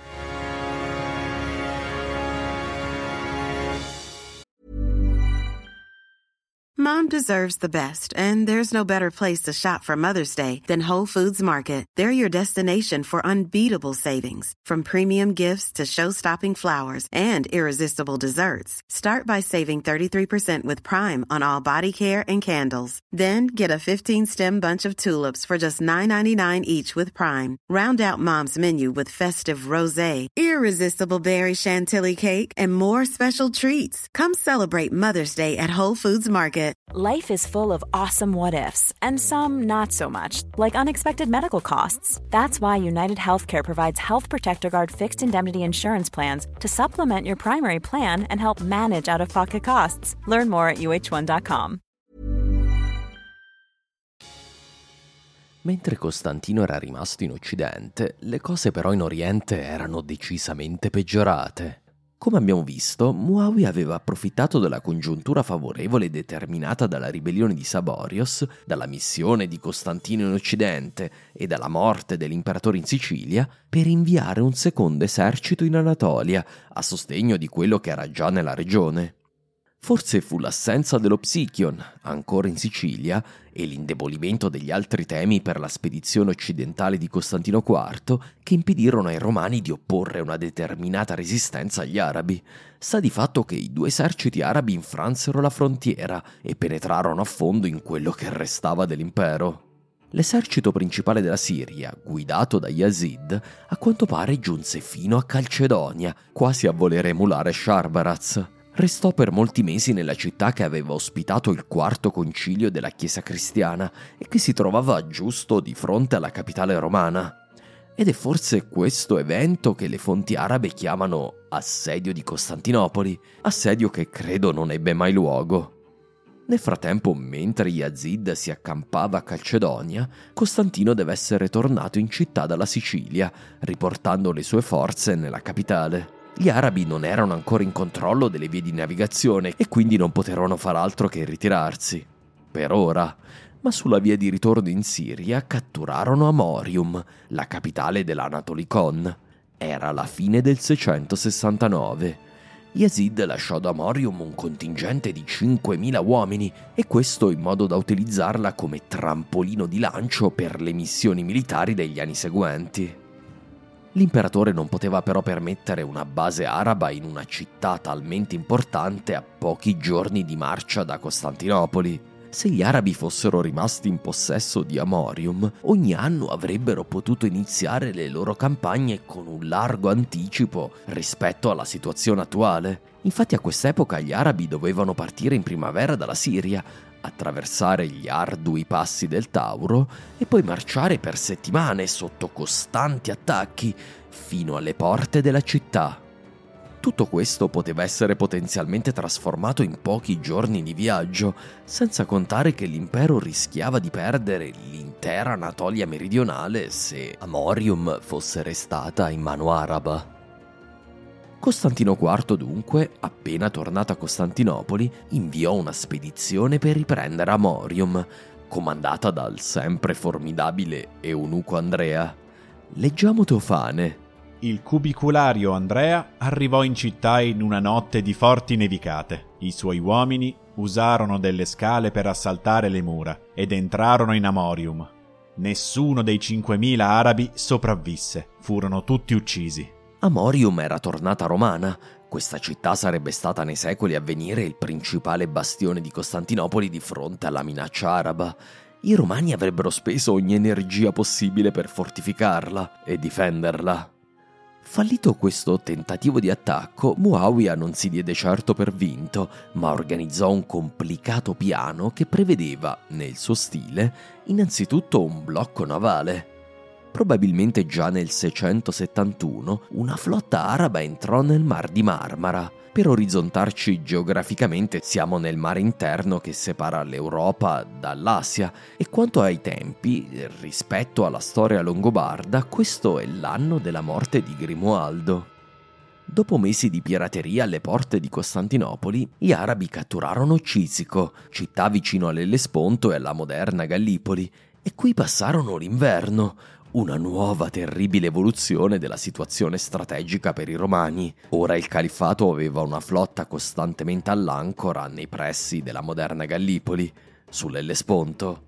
[SPEAKER 1] Mom deserves the best, and there's no better place to shop for Mother's Day than Whole Foods Market. They're your destination for unbeatable savings, from premium gifts to show-stopping flowers and irresistible desserts. Start by saving thirty-three percent with Prime on all body care and candles. Then get a fifteen-stem bunch of tulips for just nine ninety-nine each with Prime. Round out Mom's menu with festive rosé, irresistible berry chantilly cake, and more special treats. Come celebrate Mother's Day at Whole Foods Market.
[SPEAKER 2] Life is full of awesome what-ifs, and some not so much, like unexpected medical costs. That's why United Healthcare provides Health Protector Guard fixed indemnity insurance plans to supplement your primary plan and help manage out-of-pocket costs. Learn more at U H one dot com.
[SPEAKER 5] Mentre Costantino era rimasto in Occidente, le cose però in Oriente erano decisamente peggiorate. Come abbiamo visto, Muawiyah aveva approfittato della congiuntura favorevole determinata dalla ribellione di Saborios, dalla missione di Costantino in Occidente e dalla morte dell'imperatore in Sicilia per inviare un secondo esercito in Anatolia a sostegno di quello che era già nella regione. Forse fu l'assenza dello Psichion, ancora in Sicilia, e l'indebolimento degli altri temi per la spedizione occidentale di Costantino quarto che impedirono ai Romani di opporre una determinata resistenza agli arabi. Sta di fatto che i due eserciti arabi infransero la frontiera e penetrarono a fondo in quello che restava dell'impero. L'esercito principale della Siria, guidato da Yazid, a quanto pare giunse fino a Calcedonia, quasi a voler emulare Sharbaraz. Restò per molti mesi nella città che aveva ospitato il quarto concilio della Chiesa cristiana e che si trovava giusto di fronte alla capitale romana. Ed è forse questo evento che le fonti arabe chiamano assedio di Costantinopoli, assedio che credo non ebbe mai luogo. Nel frattempo, mentre Yazid si accampava a Calcedonia, Costantino deve essere tornato in città dalla Sicilia, riportando le sue forze nella capitale. Gli arabi non erano ancora in controllo delle vie di navigazione e quindi non poterono far altro che ritirarsi. Per ora. Ma sulla via di ritorno in Siria catturarono Amorium, la capitale dell'Anatolicon. Era la fine del seicentosessantanove. Yazid lasciò ad Amorium un contingente di cinquemila uomini e questo in modo da utilizzarla come trampolino di lancio per le missioni militari degli anni seguenti. L'imperatore non poteva però permettere una base araba in una città talmente importante a pochi giorni di marcia da Costantinopoli. Se gli arabi fossero rimasti in possesso di Amorium, ogni anno avrebbero potuto iniziare le loro campagne con un largo anticipo rispetto alla situazione attuale. Infatti a quest'epoca gli arabi dovevano partire in primavera dalla Siria, attraversare gli ardui passi del Tauro e poi marciare per settimane sotto costanti attacchi fino alle porte della città. Tutto questo poteva essere potenzialmente trasformato in pochi giorni di viaggio, senza contare che l'impero rischiava di perdere l'intera Anatolia meridionale se Amorium fosse restata in mano araba. Costantino quarto, dunque, appena tornato a Costantinopoli, inviò una spedizione per riprendere Amorium, comandata dal sempre formidabile eunuco Andrea. Leggiamo Teofane.
[SPEAKER 6] Il cubiculario Andrea arrivò in città in una notte di forti nevicate. I suoi uomini usarono delle scale per assaltare le mura ed entrarono in Amorium. Nessuno dei cinquemila arabi sopravvisse, furono tutti uccisi.
[SPEAKER 5] Amorium era tornata romana. Questa città sarebbe stata nei secoli a venire il principale bastione di Costantinopoli di fronte alla minaccia araba. I romani avrebbero speso ogni energia possibile per fortificarla e difenderla. Fallito questo tentativo di attacco, Muawiya non si diede certo per vinto, ma organizzò un complicato piano che prevedeva, nel suo stile, innanzitutto un blocco navale. Probabilmente già nel seicentosettantuno una flotta araba entrò nel Mar di Marmara. Per orizzontarci geograficamente siamo nel mare interno che separa l'Europa dall'Asia e quanto ai tempi, rispetto alla storia longobarda, questo è l'anno della morte di Grimoaldo. Dopo mesi di pirateria alle porte di Costantinopoli, gli arabi catturarono Cisico, città vicino all'Ellesponto e alla moderna Gallipoli, e qui passarono l'inverno. Una nuova terribile evoluzione della situazione strategica per i romani. Ora il califfato aveva una flotta costantemente all'ancora nei pressi della moderna Gallipoli, sull'Ellesponto.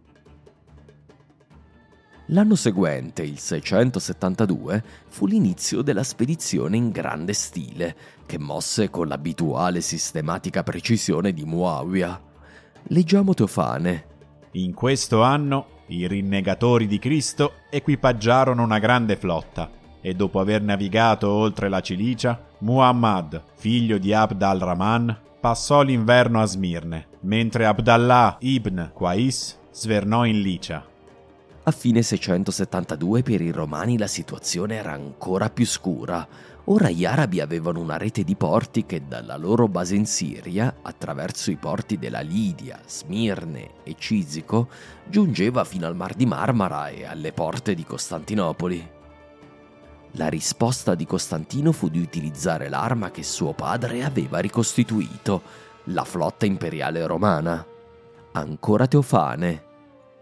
[SPEAKER 5] L'anno seguente, il seicentosettantadue, fu l'inizio della spedizione in grande stile, che mosse con l'abituale sistematica precisione di Muawiya. Leggiamo Teofane.
[SPEAKER 6] In questo anno i rinnegatori di Cristo equipaggiarono una grande flotta e dopo aver navigato oltre la Cilicia, Muhammad, figlio di Abd al-Rahman, passò l'inverno a Smirne, mentre Abdallah ibn Qais svernò in Licia.
[SPEAKER 5] A fine seicentosettantadue per i romani la situazione era ancora più scura. Ora gli arabi avevano una rete di porti che dalla loro base in Siria, attraverso i porti della Lidia, Smirne e Cisico, giungeva fino al Mar di Marmara e alle porte di Costantinopoli. La risposta di Costantino fu di utilizzare l'arma che suo padre aveva ricostituito, la flotta imperiale romana. Ancora Teofane.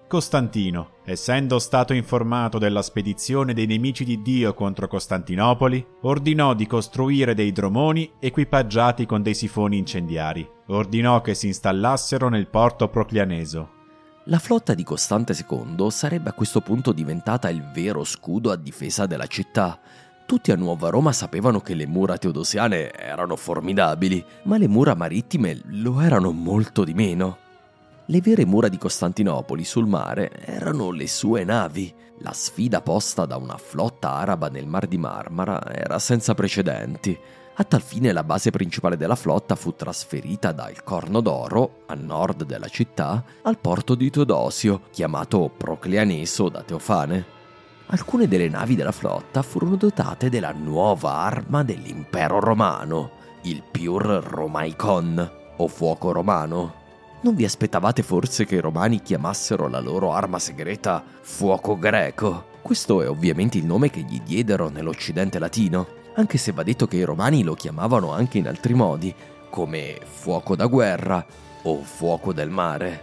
[SPEAKER 6] Costantino, essendo stato informato della spedizione dei nemici di Dio contro Costantinopoli, ordinò di costruire dei dromoni equipaggiati con dei sifoni incendiari. Ordinò che si installassero nel porto proclianeso.
[SPEAKER 5] La flotta di Costante secondo sarebbe a questo punto diventata il vero scudo a difesa della città. Tutti a Nuova Roma sapevano che le mura teodosiane erano formidabili, ma le mura marittime lo erano molto di meno. Le vere mura di Costantinopoli sul mare erano le sue navi. La sfida posta da una flotta araba nel Mar di Marmara era senza precedenti. A tal fine la base principale della flotta fu trasferita dal Corno d'Oro, a nord della città, al porto di Teodosio, chiamato Proclianeso da Teofane. Alcune delle navi della flotta furono dotate della nuova arma dell'impero romano, il Pur Romaicon, o fuoco romano. Non vi aspettavate forse che i romani chiamassero la loro arma segreta fuoco greco? Questo è ovviamente il nome che gli diedero nell'Occidente latino, anche se va detto che i romani lo chiamavano anche in altri modi, come fuoco da guerra o fuoco del mare.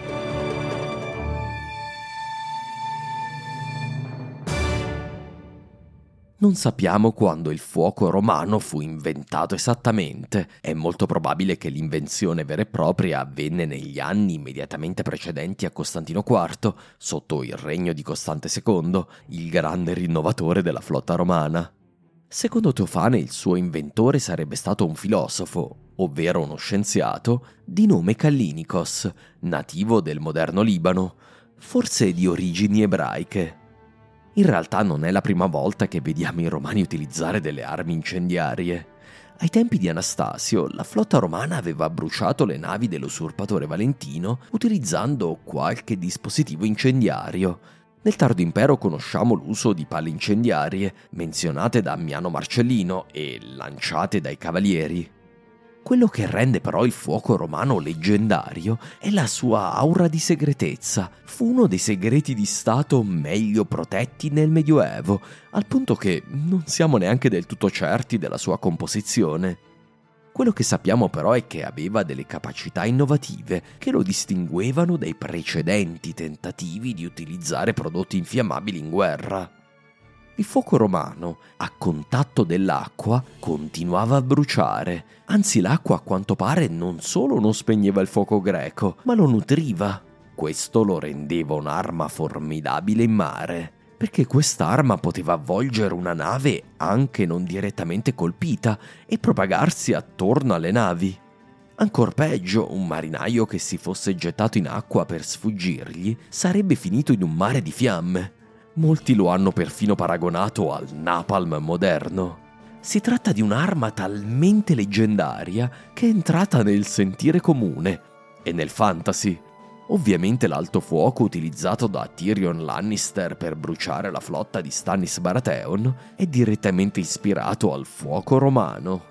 [SPEAKER 5] Non sappiamo quando il fuoco romano fu inventato esattamente. È molto probabile che l'invenzione vera e propria avvenne negli anni immediatamente precedenti a Costantino quarto, sotto il regno di Costante secondo, il grande rinnovatore della flotta romana. Secondo Teofane il suo inventore sarebbe stato un filosofo, ovvero uno scienziato, di nome Callinicos, nativo del moderno Libano, forse di origini ebraiche. In realtà non è la prima volta che vediamo i romani utilizzare delle armi incendiarie. Ai tempi di Anastasio, la flotta romana aveva bruciato le navi dell'usurpatore Valentino utilizzando qualche dispositivo incendiario. Nel tardo impero conosciamo l'uso di palle incendiarie, menzionate da Ammiano Marcellino e lanciate dai cavalieri. Quello che rende però il fuoco romano leggendario è la sua aura di segretezza. Fu uno dei segreti di Stato meglio protetti nel Medioevo, al punto che non siamo neanche del tutto certi della sua composizione. Quello che sappiamo però è che aveva delle capacità innovative che lo distinguevano dai precedenti tentativi di utilizzare prodotti infiammabili in guerra. Il fuoco romano, a contatto dell'acqua, continuava a bruciare. Anzi, l'acqua a quanto pare non solo non spegneva il fuoco greco, ma lo nutriva. Questo lo rendeva un'arma formidabile in mare, perché quest'arma poteva avvolgere una nave anche non direttamente colpita e propagarsi attorno alle navi. Ancor peggio, un marinaio che si fosse gettato in acqua per sfuggirgli sarebbe finito in un mare di fiamme. Molti lo hanno perfino paragonato al napalm moderno. Si tratta di un'arma talmente leggendaria che è entrata nel sentire comune e nel fantasy. Ovviamente l'alto fuoco utilizzato da Tyrion Lannister per bruciare la flotta di Stannis Baratheon è direttamente ispirato al fuoco romano.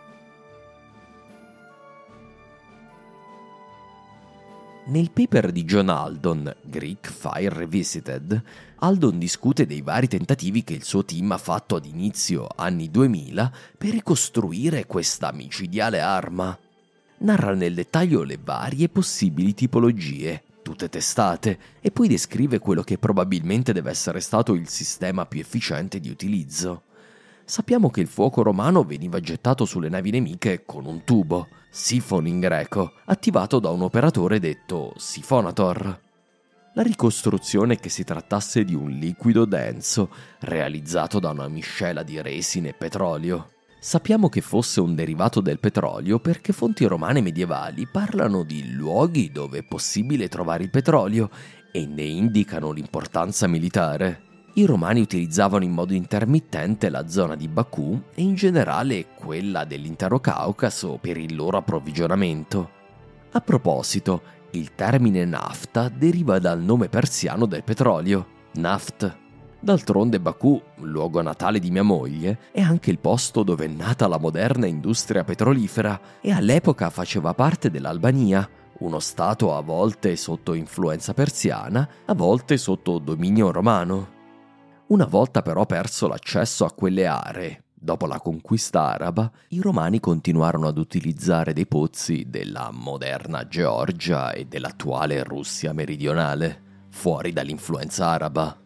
[SPEAKER 5] Nel paper di John Aldon, Greek Fire Revisited, Aldon discute dei vari tentativi che il suo team ha fatto ad inizio anni duemila per ricostruire questa micidiale arma. Narra nel dettaglio le varie possibili tipologie, tutte testate, e poi descrive quello che probabilmente deve essere stato il sistema più efficiente di utilizzo. Sappiamo che il fuoco romano veniva gettato sulle navi nemiche con un tubo, sifon in greco, attivato da un operatore detto sifonator. La ricostruzione è che si trattasse di un liquido denso, realizzato da una miscela di resine e petrolio. Sappiamo che fosse un derivato del petrolio perché fonti romane medievali parlano di luoghi dove è possibile trovare il petrolio e ne indicano l'importanza militare. I romani utilizzavano in modo intermittente la zona di Baku e in generale quella dell'intero Caucaso per il loro approvvigionamento. A proposito, il termine nafta deriva dal nome persiano del petrolio, naft. D'altronde Baku, luogo natale di mia moglie, è anche il posto dove è nata la moderna industria petrolifera e all'epoca faceva parte dell'Albania, uno stato a volte sotto influenza persiana, a volte sotto dominio romano. Una volta però perso l'accesso a quelle aree, dopo la conquista araba, i romani continuarono ad utilizzare dei pozzi della moderna Georgia e dell'attuale Russia meridionale. fuori dall'influenza araba.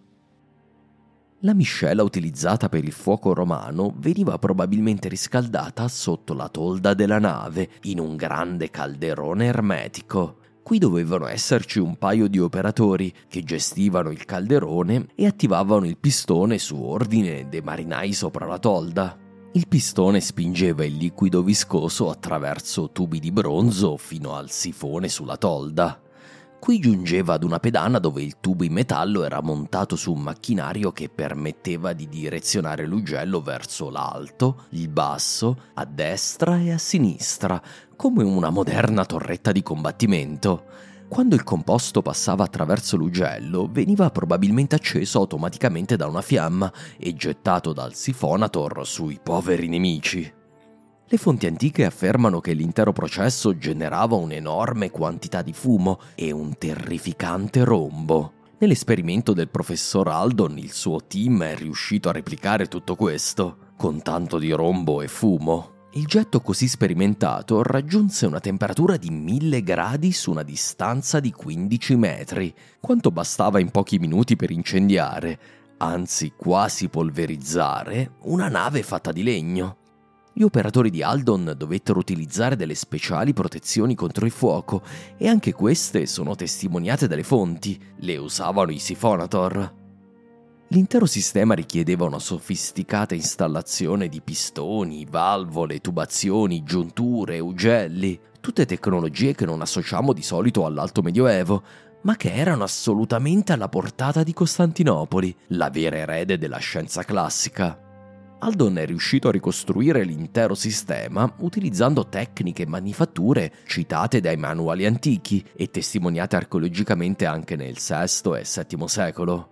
[SPEAKER 5] La miscela utilizzata per il fuoco romano veniva probabilmente riscaldata sotto la tolda della nave, in un grande calderone ermetico. Qui dovevano esserci un paio di operatori che gestivano il calderone e attivavano il pistone su ordine dei marinai sopra la tolda. Il pistone spingeva il liquido viscoso attraverso tubi di bronzo fino al sifone sulla tolda. Qui giungeva ad una pedana dove il tubo in metallo era montato su un macchinario che permetteva di direzionare l'ugello verso l'alto, il basso, a destra e a sinistra, come una moderna torretta di combattimento. Quando il composto passava attraverso l'ugello, veniva probabilmente acceso automaticamente da una fiamma e gettato dal sifonator sui poveri nemici. Le fonti antiche affermano che l'intero processo generava un'enorme quantità di fumo e un terrificante rombo. Nell'esperimento del professor Aldon il suo team è riuscito a replicare tutto questo, con tanto di rombo e fumo. Il getto così sperimentato raggiunse una temperatura di mille gradi su una distanza di quindici metri, quanto bastava in pochi minuti per incendiare, anzi quasi polverizzare, una nave fatta di legno. Gli operatori di Aldon dovettero utilizzare delle speciali protezioni contro il fuoco e anche queste sono testimoniate dalle fonti, le usavano i sifonator. L'intero sistema richiedeva una sofisticata installazione di pistoni, valvole, tubazioni, giunture, ugelli, tutte tecnologie che non associamo di solito all'Alto Medioevo, ma che erano assolutamente alla portata di Costantinopoli, la vera erede della scienza classica. Aldon è riuscito a ricostruire l'intero sistema utilizzando tecniche e manifatture citate dai manuali antichi e testimoniate archeologicamente anche nel sesto e settimo secolo.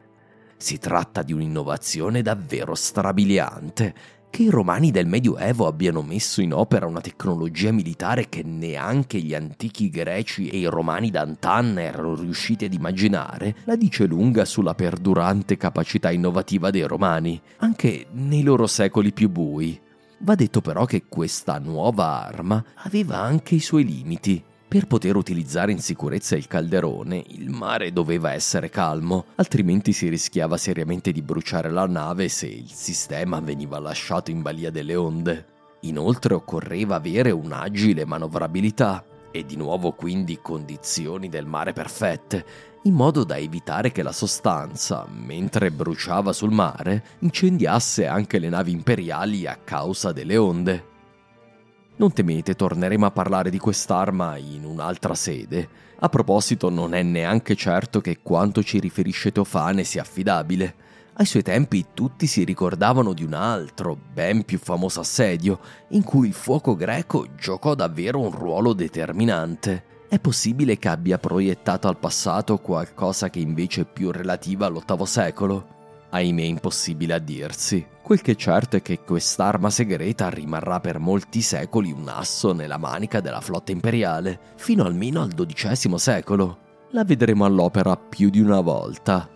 [SPEAKER 5] Si tratta di un'innovazione davvero strabiliante. Che i romani del Medioevo abbiano messo in opera una tecnologia militare che neanche gli antichi greci e i romani d'antan erano riusciti ad immaginare, la dice lunga sulla perdurante capacità innovativa dei romani, anche nei loro secoli più bui. Va detto però che questa nuova arma aveva anche i suoi limiti. Per poter utilizzare in sicurezza il calderone, il mare doveva essere calmo, altrimenti si rischiava seriamente di bruciare la nave se il sistema veniva lasciato in balia delle onde. Inoltre occorreva avere un'agile manovrabilità e di nuovo quindi condizioni del mare perfette, in modo da evitare che la sostanza, mentre bruciava sul mare, incendiasse anche le navi imperiali a causa delle onde. Non temete, torneremo a parlare di quest'arma in un'altra sede. A proposito, non è neanche certo che quanto ci riferisce Teofane sia affidabile. Ai suoi tempi tutti si ricordavano di un altro, ben più famoso assedio, in cui il fuoco greco giocò davvero un ruolo determinante. È possibile che abbia proiettato al passato qualcosa che invece è più relativa all'ottavo secolo? Ahimè, impossibile a dirsi. Quel che è certo è che quest'arma segreta rimarrà per molti secoli un asso nella manica della flotta imperiale, fino almeno al dodicesimo secolo. La vedremo all'opera più di una volta.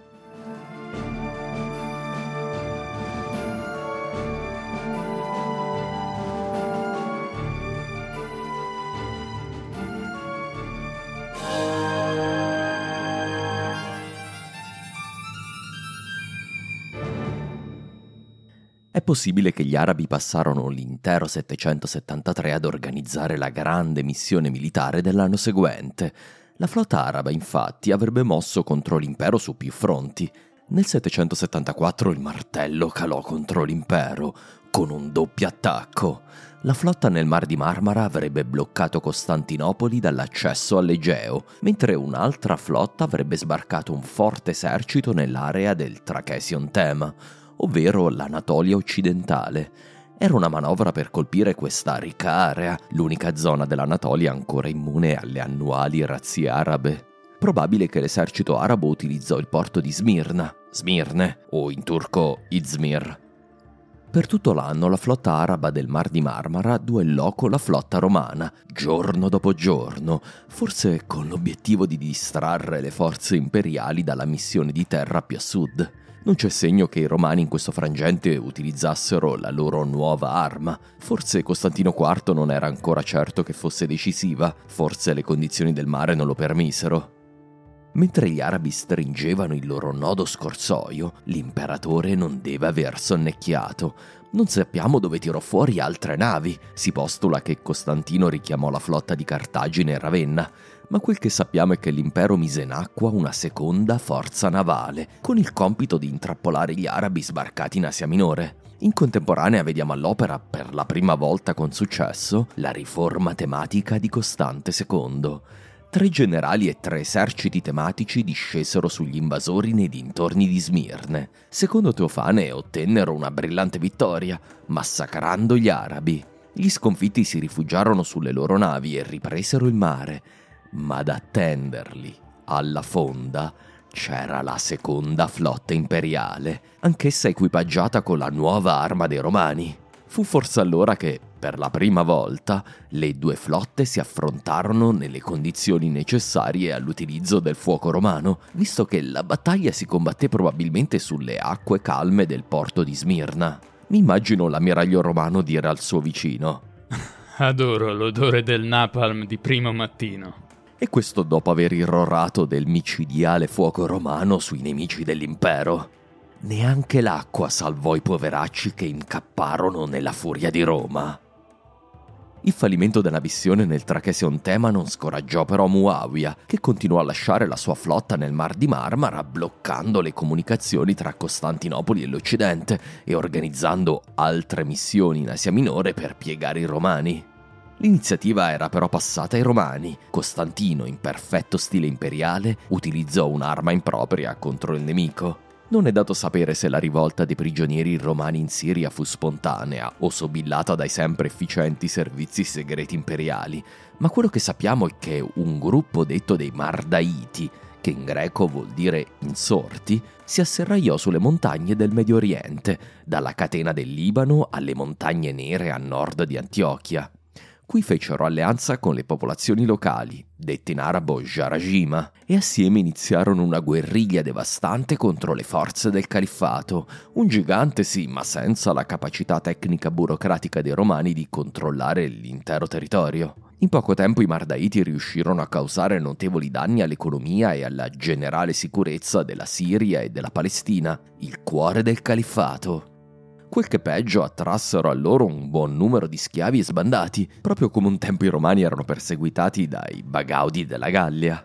[SPEAKER 5] È possibile che gli arabi passarono l'intero settecentosettantatré ad organizzare la grande missione militare dell'anno seguente. La flotta araba, infatti, avrebbe mosso contro l'impero su più fronti. Nel settecentosettantaquattro il martello calò contro l'impero, con un doppio attacco. La flotta nel Mar di Marmara avrebbe bloccato Costantinopoli dall'accesso all'Egeo, mentre un'altra flotta avrebbe sbarcato un forte esercito nell'area del Trachesion Tema, ovvero l'Anatolia occidentale. Era una manovra per colpire questa ricca area, l'unica zona dell'Anatolia ancora immune alle annuali razzie arabe. Probabile che l'esercito arabo utilizzò il porto di Smirna, Smirne, o in turco Izmir. Per tutto l'anno la flotta araba del Mar di Marmara duellò con la flotta romana, giorno dopo giorno, forse con l'obiettivo di distrarre le forze imperiali dalla missione di terra più a sud. Non c'è segno che i romani in questo frangente utilizzassero la loro nuova arma. Forse Costantino quarto non era ancora certo che fosse decisiva, forse le condizioni del mare non lo permisero. Mentre gli arabi stringevano il loro nodo scorsoio, l'imperatore non deve aver sonnecchiato. Non sappiamo dove tirò fuori altre navi. Si postula che Costantino richiamò la flotta di Cartagine e Ravenna, ma quel che sappiamo è che l'impero mise in acqua una seconda forza navale, con il compito di intrappolare gli arabi sbarcati in Asia Minore. In contemporanea vediamo all'opera, per la prima volta con successo, la riforma tematica di Costante secondo. Tre generali e tre eserciti tematici discesero sugli invasori nei dintorni di Smirne. Secondo Teofane ottennero una brillante vittoria, massacrando gli arabi. Gli sconfitti si rifugiarono sulle loro navi e ripresero il mare, ma ad attenderli, alla fonda, c'era la seconda flotta imperiale, anch'essa equipaggiata con la nuova arma dei Romani. Fu forse allora che, per la prima volta, le due flotte si affrontarono nelle condizioni necessarie all'utilizzo del fuoco romano, visto che la battaglia si combatté probabilmente sulle acque calme del porto di Smirna. Mi immagino l'ammiraglio romano dire al suo vicino:
[SPEAKER 8] «Adoro l'odore del napalm di primo mattino».
[SPEAKER 5] E questo dopo aver irrorato del micidiale fuoco romano sui nemici dell'impero. Neanche l'acqua salvò i poveracci che incapparono nella furia di Roma. Il fallimento della missione nel Trachesion Tema non scoraggiò però Muawiyah, che continuò a lasciare la sua flotta nel Mar di Marmara, bloccando le comunicazioni tra Costantinopoli e l'Occidente e organizzando altre missioni in Asia Minore per piegare i Romani. L'iniziativa era però passata ai Romani. Costantino, in perfetto stile imperiale, utilizzò un'arma impropria contro il nemico. Non è dato sapere se la rivolta dei prigionieri romani in Siria fu spontanea o sobillata dai sempre efficienti servizi segreti imperiali, ma quello che sappiamo è che un gruppo detto dei Mardaiti, che in greco vuol dire insorti, si asserragliò sulle montagne del Medio Oriente, dalla catena del Libano alle montagne nere a nord di Antiochia. Qui fecero alleanza con le popolazioni locali, dette in arabo Jarajima, e assieme iniziarono una guerriglia devastante contro le forze del califfato, un gigante sì, ma senza la capacità tecnica burocratica dei romani di controllare l'intero territorio. In poco tempo i Mardaiti riuscirono a causare notevoli danni all'economia e alla generale sicurezza della Siria e della Palestina, il cuore del califfato. Quel che peggio, attrassero a loro un buon numero di schiavi e sbandati, proprio come un tempo i romani erano perseguitati dai Bagaudi della Gallia.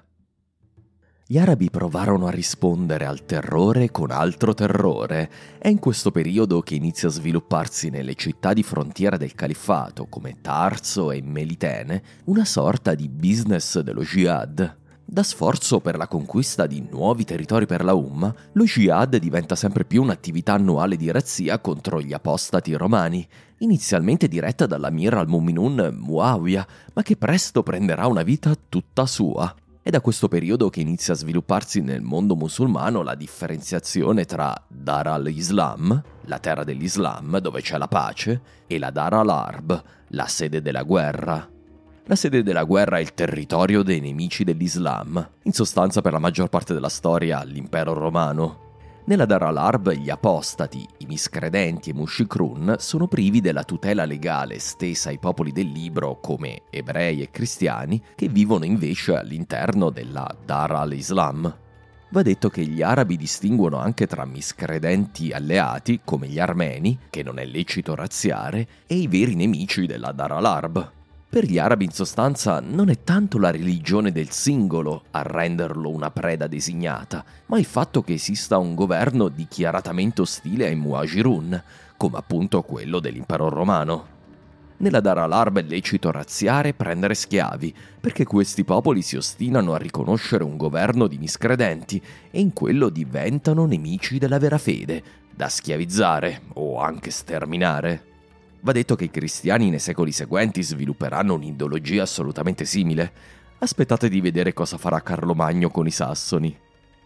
[SPEAKER 5] Gli arabi provarono a rispondere al terrore con altro terrore. È in questo periodo che inizia a svilupparsi nelle città di frontiera del califfato, come Tarso e Melitene, una sorta di business dello jihad. Da sforzo per la conquista di nuovi territori per la Umma, lo jihad diventa sempre più un'attività annuale di razzia contro gli apostati romani, inizialmente diretta dall'amir al-Mu'minun Muawiyah, ma che presto prenderà una vita tutta sua. È da questo periodo che inizia a svilupparsi nel mondo musulmano la differenziazione tra Dar al-Islam, la terra dell'Islam dove c'è la pace, e la Dar al-Harb, la sede della guerra. La sede della guerra è il territorio dei nemici dell'Islam, in sostanza per la maggior parte della storia l'impero romano. Nella Dar al-Harb gli apostati, i miscredenti e mushikrun sono privi della tutela legale stesa ai popoli del libro come ebrei e cristiani che vivono invece all'interno della Dar al-Islam. Va detto che gli arabi distinguono anche tra miscredenti alleati come gli armeni, che non è lecito razziare, e i veri nemici della Dar al-Harb. Per gli arabi in sostanza non è tanto la religione del singolo a renderlo una preda designata, ma il fatto che esista un governo dichiaratamente ostile ai muhajirun, come appunto quello dell'impero romano. Nella Dar al-Harb è lecito razziare e prendere schiavi, perché questi popoli si ostinano a riconoscere un governo di miscredenti e in quello diventano nemici della vera fede, da schiavizzare o anche sterminare. Va detto che i cristiani nei secoli seguenti svilupperanno un'ideologia assolutamente simile. Aspettate di vedere cosa farà Carlo Magno con i sassoni.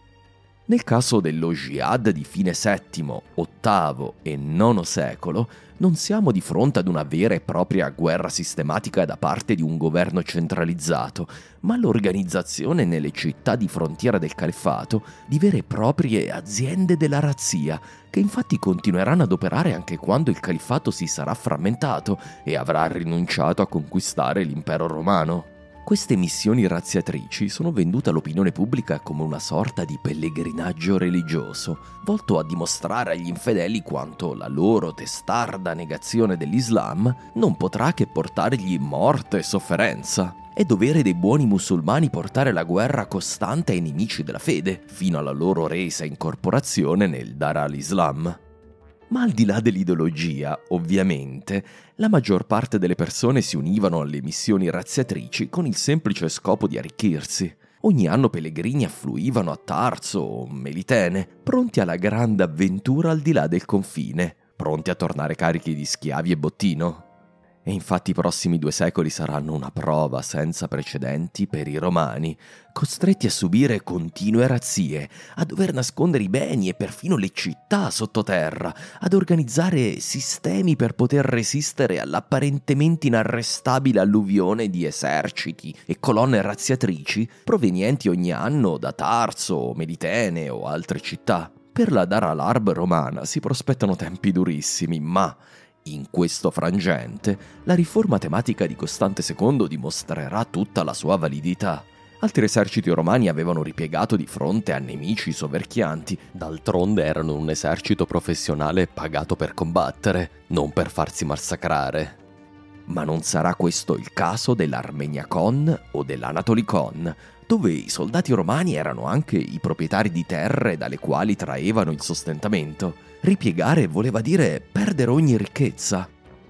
[SPEAKER 5] Nel caso dello jihad di fine settimo, ottavo e nono secolo, non siamo di fronte ad una vera e propria guerra sistematica da parte di un governo centralizzato, ma l'organizzazione nelle città di frontiera del califfato di vere e proprie aziende della razzia, che infatti continueranno ad operare anche quando il califfato si sarà frammentato e avrà rinunciato a conquistare l'impero romano. Queste missioni razziatrici sono vendute all'opinione pubblica come una sorta di pellegrinaggio religioso, volto a dimostrare agli infedeli quanto la loro testarda negazione dell'Islam non potrà che portargli morte e sofferenza. È dovere dei buoni musulmani portare la guerra costante ai nemici della fede, fino alla loro resa incorporazione nel Dar al-Islam. Ma al di là dell'ideologia, ovviamente, la maggior parte delle persone si univano alle missioni razziatrici con il semplice scopo di arricchirsi. Ogni anno pellegrini affluivano a Tarso o Melitene, pronti alla grande avventura al di là del confine, pronti a tornare carichi di schiavi e bottino. E infatti i prossimi due secoli saranno una prova senza precedenti per i romani, costretti a subire continue razzie, a dover nascondere i beni e perfino le città sottoterra, ad organizzare sistemi per poter resistere all'apparentemente inarrestabile alluvione di eserciti e colonne razziatrici provenienti ogni anno da Tarso, Melitene o altre città. Per la Dar al-Harb romana si prospettano tempi durissimi, ma in questo frangente, la riforma tematica di Costante secondo dimostrerà tutta la sua validità. Altri eserciti romani avevano ripiegato di fronte a nemici soverchianti, d'altronde erano un esercito professionale pagato per combattere, non per farsi massacrare. Ma non sarà questo il caso dell'Armeniacon o dell'Anatolicon, dove i soldati romani erano anche i proprietari di terre dalle quali traevano il sostentamento. Ripiegare voleva dire perdere ogni ricchezza.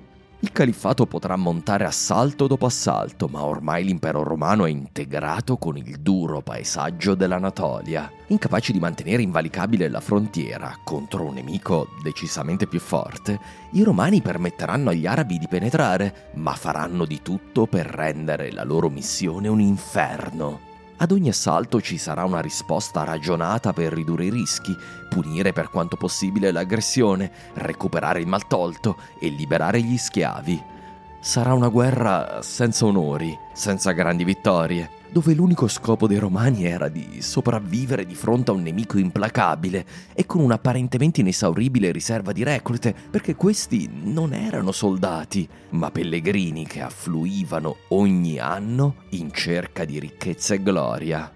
[SPEAKER 5] Il califfato potrà montare assalto dopo assalto, ma ormai l'impero romano è integrato con il duro paesaggio dell'Anatolia. Incapaci di mantenere invalicabile la frontiera contro un nemico decisamente più forte, i romani permetteranno agli arabi di penetrare, ma faranno di tutto per rendere la loro missione un inferno. Ad ogni assalto ci sarà una risposta ragionata per ridurre i rischi, punire per quanto possibile l'aggressione, recuperare il maltolto e liberare gli schiavi. Sarà una guerra senza onori, senza grandi vittorie, dove l'unico scopo dei romani era di sopravvivere di fronte a un nemico implacabile e con un'apparentemente inesauribile riserva di reclute, perché questi non erano soldati, ma pellegrini che affluivano ogni anno in cerca di ricchezza e gloria.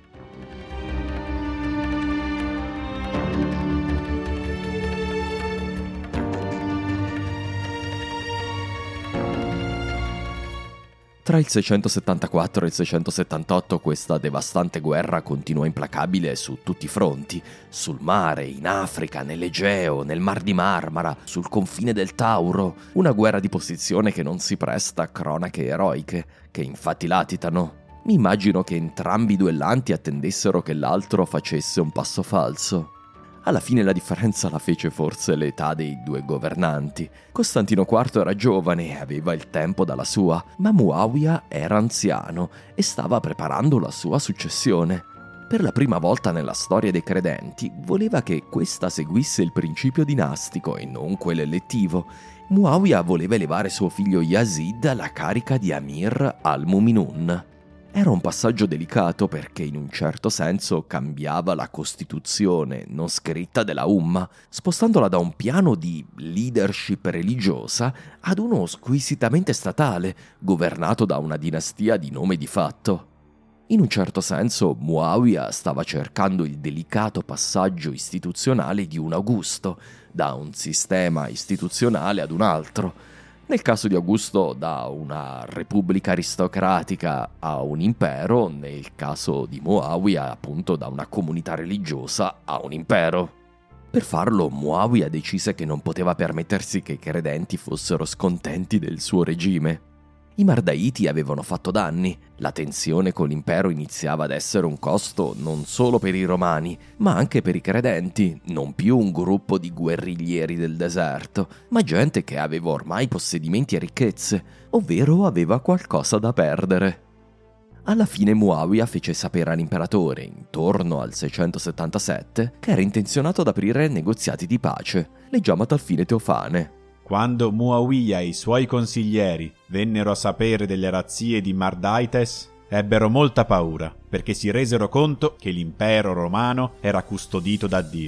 [SPEAKER 5] Tra il seicentosettantaquattro e il seicentosettantotto questa devastante guerra continuò implacabile su tutti i fronti, sul mare, in Africa, nell'Egeo, nel Mar di Marmara, sul confine del Tauro, una guerra di posizione che non si presta a cronache eroiche, che infatti latitano. Mi immagino che entrambi i duellanti attendessero che l'altro facesse un passo falso. Alla fine la differenza la fece forse l'età dei due governanti. Costantino quarto era giovane e aveva il tempo dalla sua, ma Muawiya era anziano e stava preparando la sua successione. Per la prima volta nella storia dei credenti, voleva che questa seguisse il principio dinastico e non quello elettivo. Muawiya voleva elevare suo figlio Yazid alla carica di Amir al-Muminun. Era un passaggio delicato perché in un certo senso cambiava la costituzione non scritta della Umma, spostandola da un piano di leadership religiosa ad uno squisitamente statale, governato da una dinastia di nome di fatto. In un certo senso Muawiya stava cercando il delicato passaggio istituzionale di un Augusto, da un sistema istituzionale ad un altro. Nel caso di Augusto da una repubblica aristocratica a un impero, nel caso di Muawiya appunto da una comunità religiosa a un impero. Per farlo Muawiya decise che non poteva permettersi che i credenti fossero scontenti del suo regime. I Mardaiti avevano fatto danni, la tensione con l'impero iniziava ad essere un costo non solo per i romani, ma anche per i credenti, non più un gruppo di guerriglieri del deserto, ma gente che aveva ormai possedimenti e ricchezze, ovvero aveva qualcosa da perdere. Alla fine Muawiya fece sapere all'imperatore, intorno al seicentosettantasette, che era intenzionato ad aprire negoziati di pace. Leggiamo a tal fine Teofane.
[SPEAKER 6] Quando Muawiya e i suoi consiglieri vennero a sapere delle razzie di Mardaites, ebbero molta paura, perché si resero conto che l'impero romano era custodito da Dio.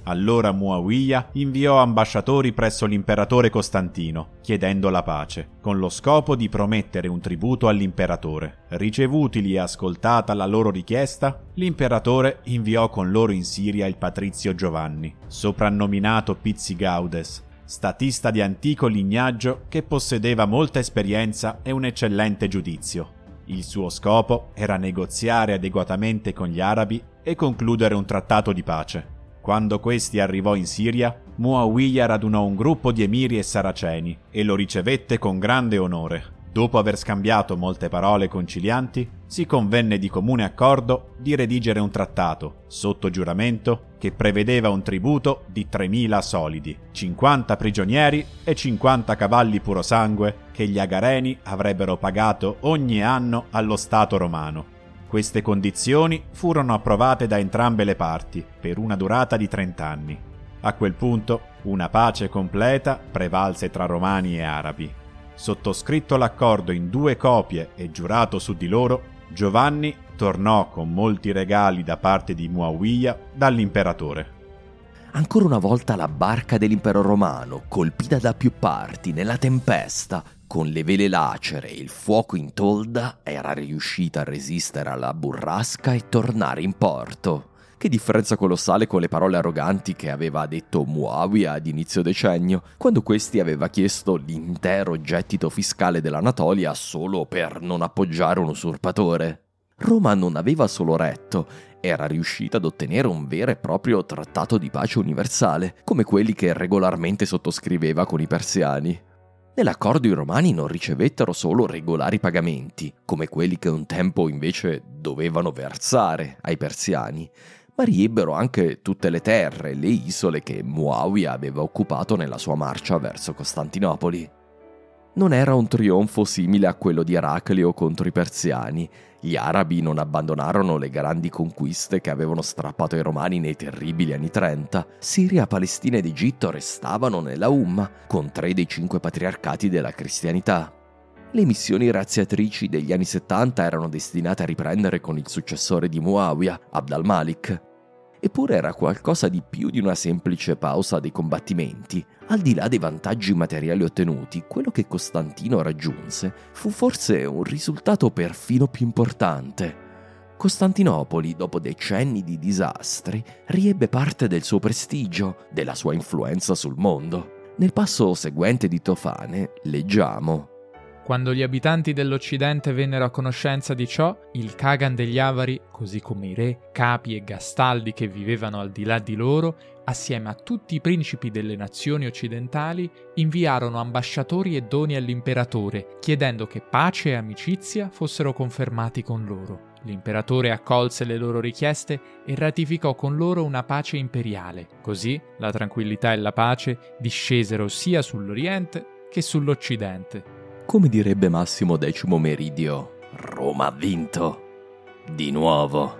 [SPEAKER 6] allora Muawiyah inviò ambasciatori presso l'imperatore Costantino, chiedendo la pace, con lo scopo di promettere un tributo all'imperatore. Ricevutili e ascoltata la loro richiesta, l'imperatore inviò con loro in Siria il patrizio Giovanni, soprannominato Pizzigaudes, statista di antico lignaggio che possedeva molta esperienza e un eccellente giudizio. Il suo scopo era negoziare adeguatamente con gli arabi e concludere un trattato di pace. Quando questi arrivò in Siria, Muawiyah radunò un gruppo di emiri e saraceni e lo ricevette con grande onore. Dopo aver scambiato molte parole concilianti, si convenne di comune accordo di redigere un trattato, sotto giuramento, che prevedeva un tributo di tremila solidi, cinquanta prigionieri e cinquanta cavalli purosangue che gli agareni avrebbero pagato ogni anno allo Stato romano. Queste condizioni furono approvate da entrambe le parti per una durata di trent'anni. A quel punto, una pace completa prevalse tra romani e arabi. Sottoscritto l'accordo in due copie e giurato su di loro, Giovanni tornò con molti regali da parte di Muawiyah dall'imperatore.
[SPEAKER 5] Ancora una volta la barca dell'impero romano, colpita da più parti nella tempesta, con le vele lacere e il fuoco in tolda, era riuscita a resistere alla burrasca e tornare in porto. Che differenza colossale con le parole arroganti che aveva detto Muawiyah ad inizio decennio, quando questi aveva chiesto l'intero gettito fiscale dell'Anatolia solo per non appoggiare un usurpatore. Roma non aveva solo retto, era riuscita ad ottenere un vero e proprio trattato di pace universale, come quelli che regolarmente sottoscriveva con i persiani. Nell'accordo i romani non ricevettero solo regolari pagamenti, come quelli che un tempo invece dovevano versare ai persiani, ma riebbero anche tutte le terre e le isole che Muawiyah aveva occupato nella sua marcia verso Costantinopoli. Non era un trionfo simile a quello di Eracleo contro i persiani. Gli arabi non abbandonarono le grandi conquiste che avevano strappato ai romani nei terribili anni trenta. Siria, Palestina ed Egitto restavano nella Umma, con tre dei cinque patriarcati della cristianità. Le missioni razziatrici degli anni settanta erano destinate a riprendere con il successore di Muawiyah, Abd al-Malik. Eppure era qualcosa di più di una semplice pausa dei combattimenti. Al di là dei vantaggi materiali ottenuti, quello che Costantino raggiunse fu forse un risultato perfino più importante. Costantinopoli, dopo decenni di disastri, riebbe parte del suo prestigio, della sua influenza sul mondo. Nel passo seguente di Tofane leggiamo:
[SPEAKER 8] Quando gli abitanti dell'Occidente vennero a conoscenza di ciò, il Khagan degli Avari, così come i re, capi e gastaldi che vivevano al di là di loro, assieme a tutti i principi delle nazioni occidentali, inviarono ambasciatori e doni all'imperatore, chiedendo che pace e amicizia fossero confermati con loro. L'imperatore accolse le loro richieste e ratificò con loro una pace imperiale. Così la tranquillità e la pace discesero sia sull'Oriente che sull'Occidente.
[SPEAKER 5] Come direbbe Massimo Decimo Meridio, Roma ha vinto. Di nuovo.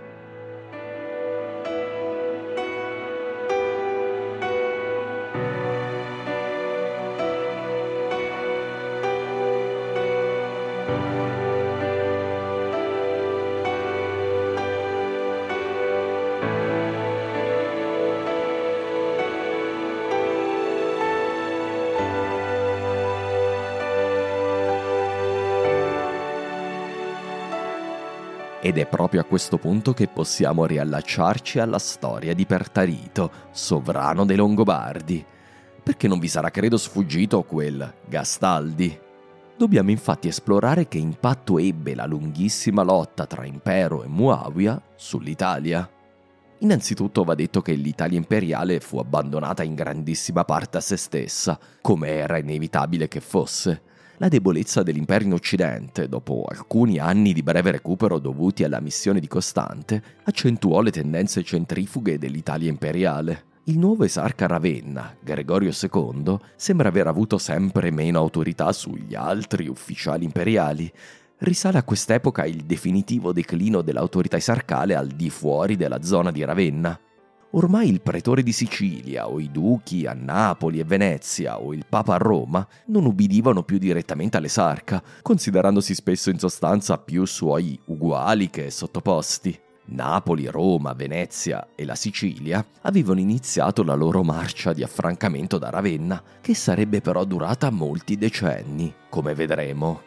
[SPEAKER 5] Ed è proprio a questo punto che possiamo riallacciarci alla storia di Pertarito, sovrano dei Longobardi, perché non vi sarà credo sfuggito quel Gastaldi. Dobbiamo infatti esplorare che impatto ebbe la lunghissima lotta tra impero e Muawiyah sull'Italia. Innanzitutto va detto che l'Italia imperiale fu abbandonata in grandissima parte a se stessa, come era inevitabile che fosse. La debolezza dell'impero in Occidente, dopo alcuni anni di breve recupero dovuti alla missione di Costante, accentuò le tendenze centrifughe dell'Italia imperiale. Il nuovo esarca a Ravenna, Gregorio secondo, sembra aver avuto sempre meno autorità sugli altri ufficiali imperiali. Risale a quest'epoca il definitivo declino dell'autorità esarcale al di fuori della zona di Ravenna. Ormai il pretore di Sicilia o i duchi a Napoli e Venezia o il papa a Roma non ubbidivano più direttamente all'esarca, considerandosi spesso in sostanza più suoi uguali che sottoposti. Napoli, Roma, Venezia e la Sicilia avevano iniziato la loro marcia di affrancamento da Ravenna, che sarebbe però durata molti decenni, come vedremo.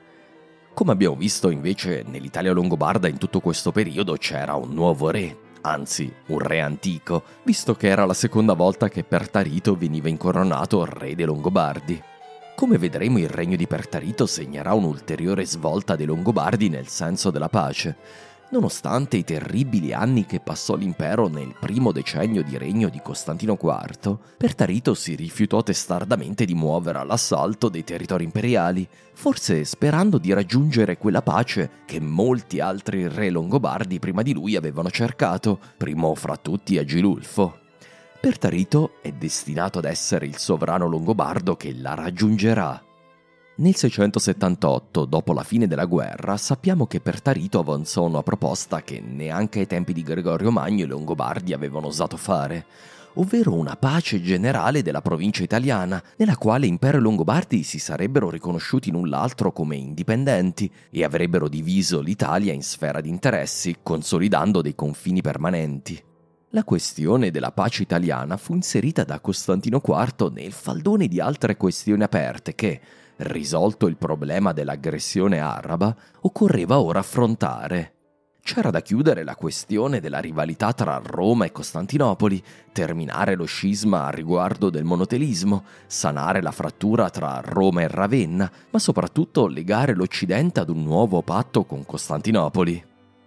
[SPEAKER 5] Come abbiamo visto invece, nell'Italia longobarda in tutto questo periodo c'era un nuovo re, anzi un re antico, visto che era la seconda volta che Pertarito veniva incoronato re dei Longobardi. Come vedremo, il regno di Pertarito segnerà un'ulteriore svolta dei Longobardi nel senso della pace. Nonostante i terribili anni che passò l'impero nel primo decennio di regno di Costantino quarto, Pertarito si rifiutò testardamente di muovere all'assalto dei territori imperiali, forse sperando di raggiungere quella pace che molti altri re longobardi prima di lui avevano cercato, primo fra tutti Agilulfo. Pertarito è destinato ad essere il sovrano longobardo che la raggiungerà. Nel seicentosettantotto, dopo la fine della guerra, sappiamo che Pertarito avanzò una proposta che neanche ai tempi di Gregorio Magno i Longobardi avevano osato fare, ovvero una pace generale della provincia italiana, nella quale impero e Longobardi si sarebbero riconosciuti l'un l'altro come indipendenti e avrebbero diviso l'Italia in sfera di interessi, consolidando dei confini permanenti. La questione della pace italiana fu inserita da Costantino quarto nel faldone di altre questioni aperte che, risolto il problema dell'aggressione araba, occorreva ora affrontare. C'era da chiudere la questione della rivalità tra Roma e Costantinopoli, terminare lo scisma a riguardo del monotelismo, sanare la frattura tra Roma e Ravenna, ma soprattutto legare l'Occidente ad un nuovo patto con Costantinopoli.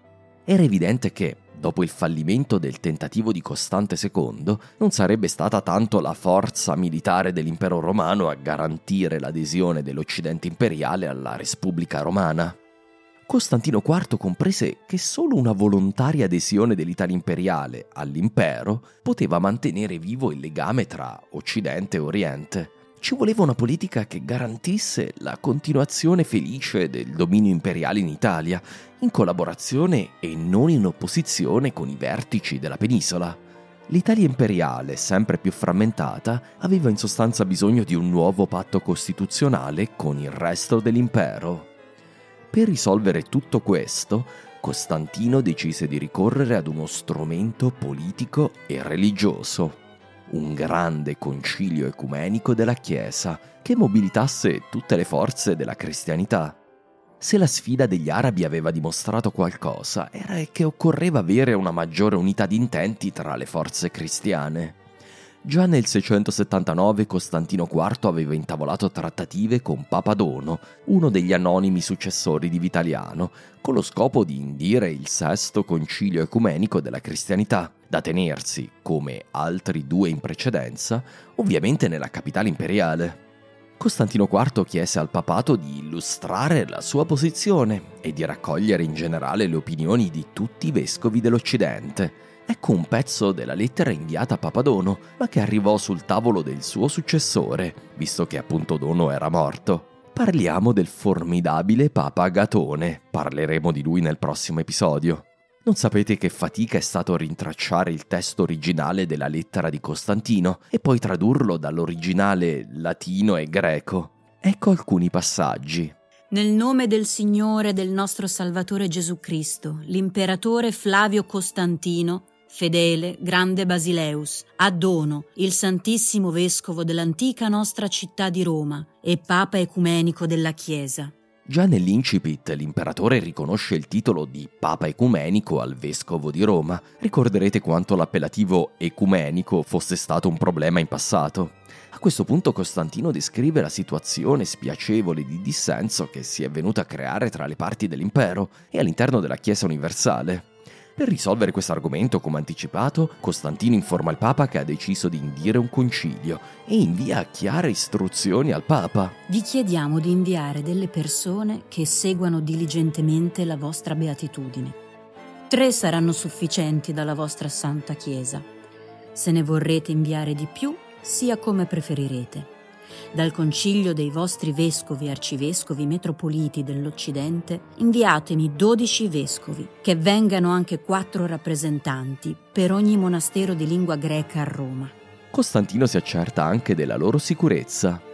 [SPEAKER 5] Era evidente che, dopo il fallimento del tentativo di Costante secondo, non sarebbe stata tanto la forza militare dell'impero romano a garantire l'adesione dell'Occidente imperiale alla Repubblica Romana. Costantino quarto comprese che solo una volontaria adesione dell'Italia imperiale all'impero poteva mantenere vivo il legame tra Occidente e Oriente. Ci voleva una politica che garantisse la continuazione felice del dominio imperiale in Italia, in collaborazione e non in opposizione con i vertici della penisola. L'Italia imperiale, sempre più frammentata, aveva in sostanza bisogno di un nuovo patto costituzionale con il resto dell'impero. Per risolvere tutto questo, Costantino decise di ricorrere ad uno strumento politico e religioso. Un grande concilio ecumenico della Chiesa che mobilitasse tutte le forze della cristianità. Se la sfida degli arabi aveva dimostrato qualcosa, era che occorreva avere una maggiore unità di intenti tra le forze cristiane. Già nel seicentosettantanove Costantino quarto aveva intavolato trattative con Papa Dono, uno degli anonimi successori di Vitaliano, con lo scopo di indire il sesto concilio ecumenico della cristianità, da tenersi, come altri due in precedenza, ovviamente nella capitale imperiale. Costantino quarto chiese al papato di illustrare la sua posizione e di raccogliere in generale le opinioni di tutti i vescovi dell'Occidente. Ecco un pezzo della lettera inviata a Papa Dono, ma che arrivò sul tavolo del suo successore, visto che appunto Dono era morto. Parliamo del formidabile Papa Agatone, parleremo di lui nel prossimo episodio. Non sapete che fatica è stato rintracciare il testo originale della lettera di Costantino e poi tradurlo dall'originale latino e greco. Ecco alcuni passaggi.
[SPEAKER 9] Nel nome del Signore e del nostro Salvatore Gesù Cristo, l'imperatore Flavio Costantino, fedele, grande Basileus, a Dono, il Santissimo Vescovo dell'antica nostra città di Roma e Papa Ecumenico della Chiesa.
[SPEAKER 5] Già nell'incipit l'imperatore riconosce il titolo di Papa Ecumenico al Vescovo di Roma. Ricorderete quanto l'appellativo ecumenico fosse stato un problema in passato. A questo punto Costantino descrive la situazione spiacevole di dissenso che si è venuta a creare tra le parti dell'impero e all'interno della Chiesa universale. Per risolvere questo argomento, come anticipato, Costantino informa il Papa che ha deciso di indire un concilio e invia chiare istruzioni al Papa.
[SPEAKER 9] Vi chiediamo di inviare delle persone che seguano diligentemente la vostra beatitudine. Tre saranno sufficienti dalla vostra Santa Chiesa. Se ne vorrete inviare di più, sia come preferirete. Dal concilio dei vostri vescovi e arcivescovi metropoliti dell'Occidente inviatemi dodici vescovi, che vengano anche quattro rappresentanti per ogni monastero di lingua greca a Roma.
[SPEAKER 5] Costantino si accerta anche della loro sicurezza.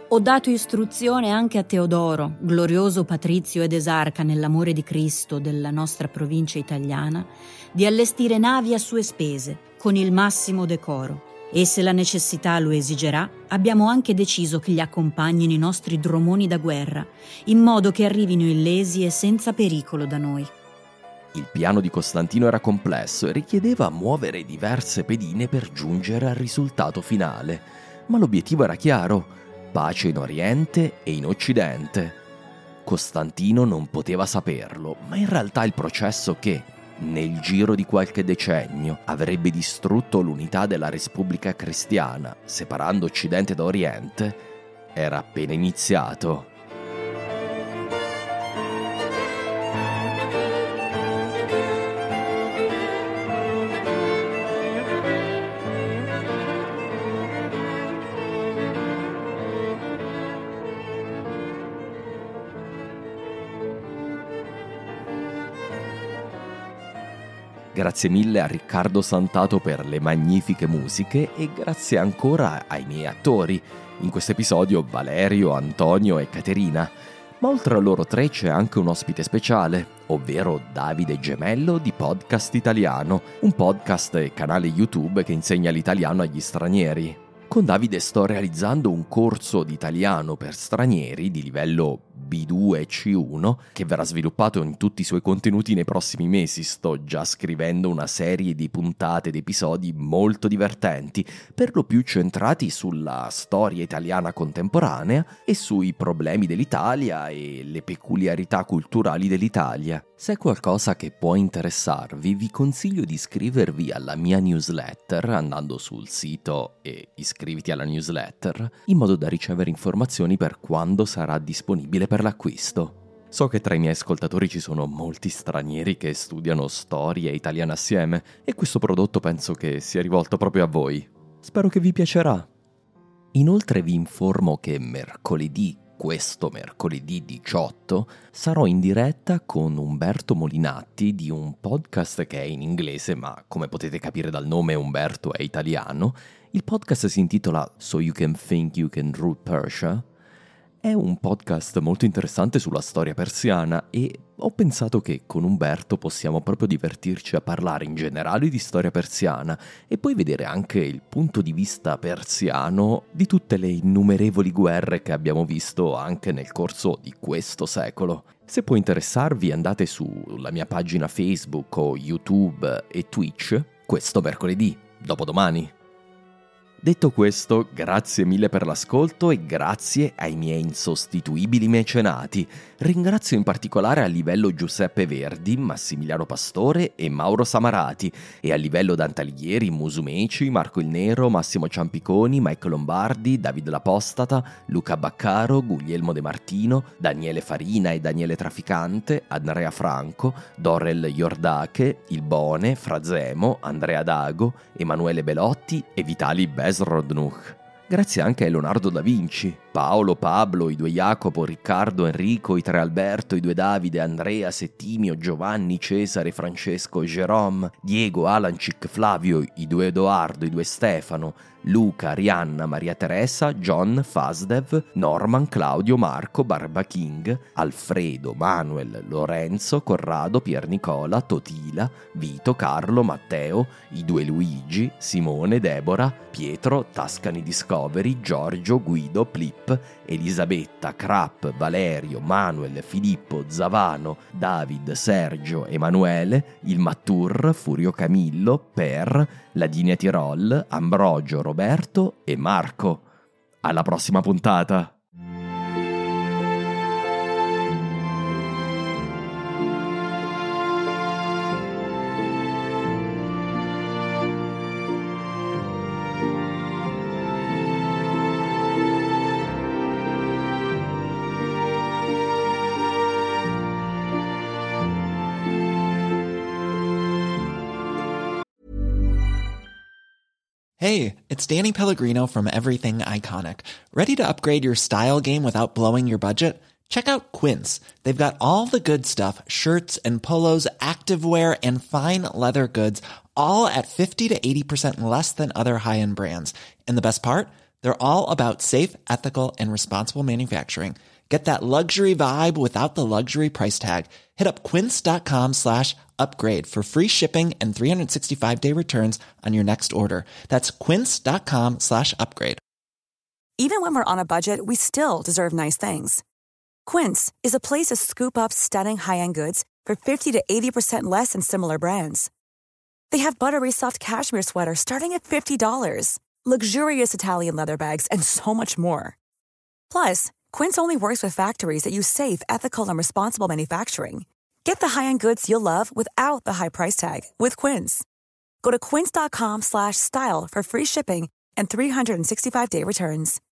[SPEAKER 9] Ho dato istruzione anche a Teodoro, glorioso patrizio ed esarca nell'amore di Cristo della nostra provincia italiana, di allestire navi a sue spese, con il massimo decoro. E se la necessità lo esigerà, abbiamo anche deciso che gli accompagnino i nostri dromoni da guerra, in modo che arrivino illesi e senza pericolo da noi.
[SPEAKER 5] Il piano di Costantino era complesso e richiedeva muovere diverse pedine per giungere al risultato finale, ma l'obiettivo era chiaro: pace in Oriente e in Occidente. Costantino non poteva saperlo, ma in realtà il processo che, nel giro di qualche decennio, avrebbe distrutto l'unità della Repubblica Cristiana, separando Occidente da Oriente, era appena iniziato. Grazie mille a Riccardo Santato per le magnifiche musiche e grazie ancora ai miei attori, in questo episodio Valerio, Antonio e Caterina. Ma oltre a loro tre c'è anche un ospite speciale, ovvero Davide Gemello di Podcast Italiano, un podcast e canale YouTube che insegna l'italiano agli stranieri. Con Davide sto realizzando un corso di italiano per stranieri di livello B due C uno che verrà sviluppato in tutti i suoi contenuti nei prossimi mesi. Sto già scrivendo una serie di puntate ed episodi molto divertenti, per lo più centrati sulla storia italiana contemporanea e sui problemi dell'Italia e le peculiarità culturali dell'Italia. Se è qualcosa che può interessarvi, vi consiglio di iscrivervi alla mia newsletter andando sul sito e iscriviti alla newsletter, in modo da ricevere informazioni per quando sarà disponibile per l'acquisto. So che tra i miei ascoltatori ci sono molti stranieri che studiano storia italiana assieme e questo prodotto penso che sia rivolto proprio a voi. Spero che vi piacerà. Inoltre vi informo che mercoledì, questo mercoledì diciotto, sarò in diretta con Umberto Molinatti di un podcast che è in inglese, ma come potete capire dal nome Umberto è italiano. Il podcast si intitola So You Can Think You Can Rule Persia. È un podcast molto interessante sulla storia persiana e ho pensato che con Umberto possiamo proprio divertirci a parlare in generale di storia persiana e poi vedere anche il punto di vista persiano di tutte le innumerevoli guerre che abbiamo visto anche nel corso di questo secolo. Se può interessarvi, andate sulla mia pagina Facebook o YouTube e Twitch questo mercoledì, dopodomani. Detto questo, grazie mille per l'ascolto e grazie ai miei insostituibili mecenati. Ringrazio in particolare a livello Giuseppe Verdi, Massimiliano Pastore e Mauro Samarati, e a livello Dantalieri, Musumeci, Marco il Nero, Massimo Ciampiconi, Mike Lombardi, Davide L'Apostata, Luca Baccaro, Guglielmo De Martino, Daniele Farina e Daniele Traficante, Andrea Franco, Dorel Iordache, Il Bone, Frazemo, Andrea Dago, Emanuele Belotti e Vitali Besrodnuch. Grazie anche a Leonardo da Vinci, Paolo, Pablo, i due Jacopo, Riccardo, Enrico, i tre Alberto, i due Davide, Andrea, Settimio, Giovanni, Cesare, Francesco, Jerome, Diego, Alancic, Flavio, i due Edoardo, i due Stefano, Luca, Arianna, Maria Teresa, John, Fasdev, Norman, Claudio, Marco, Barba King, Alfredo, Manuel, Lorenzo, Corrado, Pier Nicola, Totila, Vito, Carlo, Matteo, i due Luigi, Simone, Deborah, Pietro, Tascani Discovery, Giorgio, Guido, Plip, Elisabetta, Crap, Valerio, Manuel, Filippo, Zavano, David, Sergio, Emanuele, il Mattur, Furio Camillo, Per, Ladinia Tirol, Ambrogio, Roberto e Marco. Alla prossima puntata!
[SPEAKER 10] Hey, it's Danny Pellegrino from Everything Iconic. Ready to upgrade your style game without blowing your budget? Check out Quince. They've got all the good stuff, shirts and polos, activewear, and fine leather goods, all at fifty to eighty percent less than other high-end brands. And the best part? They're all about safe, ethical, and responsible manufacturing. Get that luxury vibe without the luxury price tag. Hit up quince.com slash upgrade for free shipping and three sixty-five day returns on your next order. That's quince.com slash upgrade.
[SPEAKER 11] Even when we're on a budget, we still deserve nice things. Quince is a place to scoop up stunning high-end goods for fifty to eighty percent less than similar brands. They have buttery soft cashmere sweaters starting at fifty dollars, luxurious Italian leather bags, and so much more. Plus, Quince only works with factories that use safe, ethical, and responsible manufacturing. Get the high-end goods you'll love without the high price tag with Quince. Go to quince.com slash style for free shipping and three sixty-five day returns.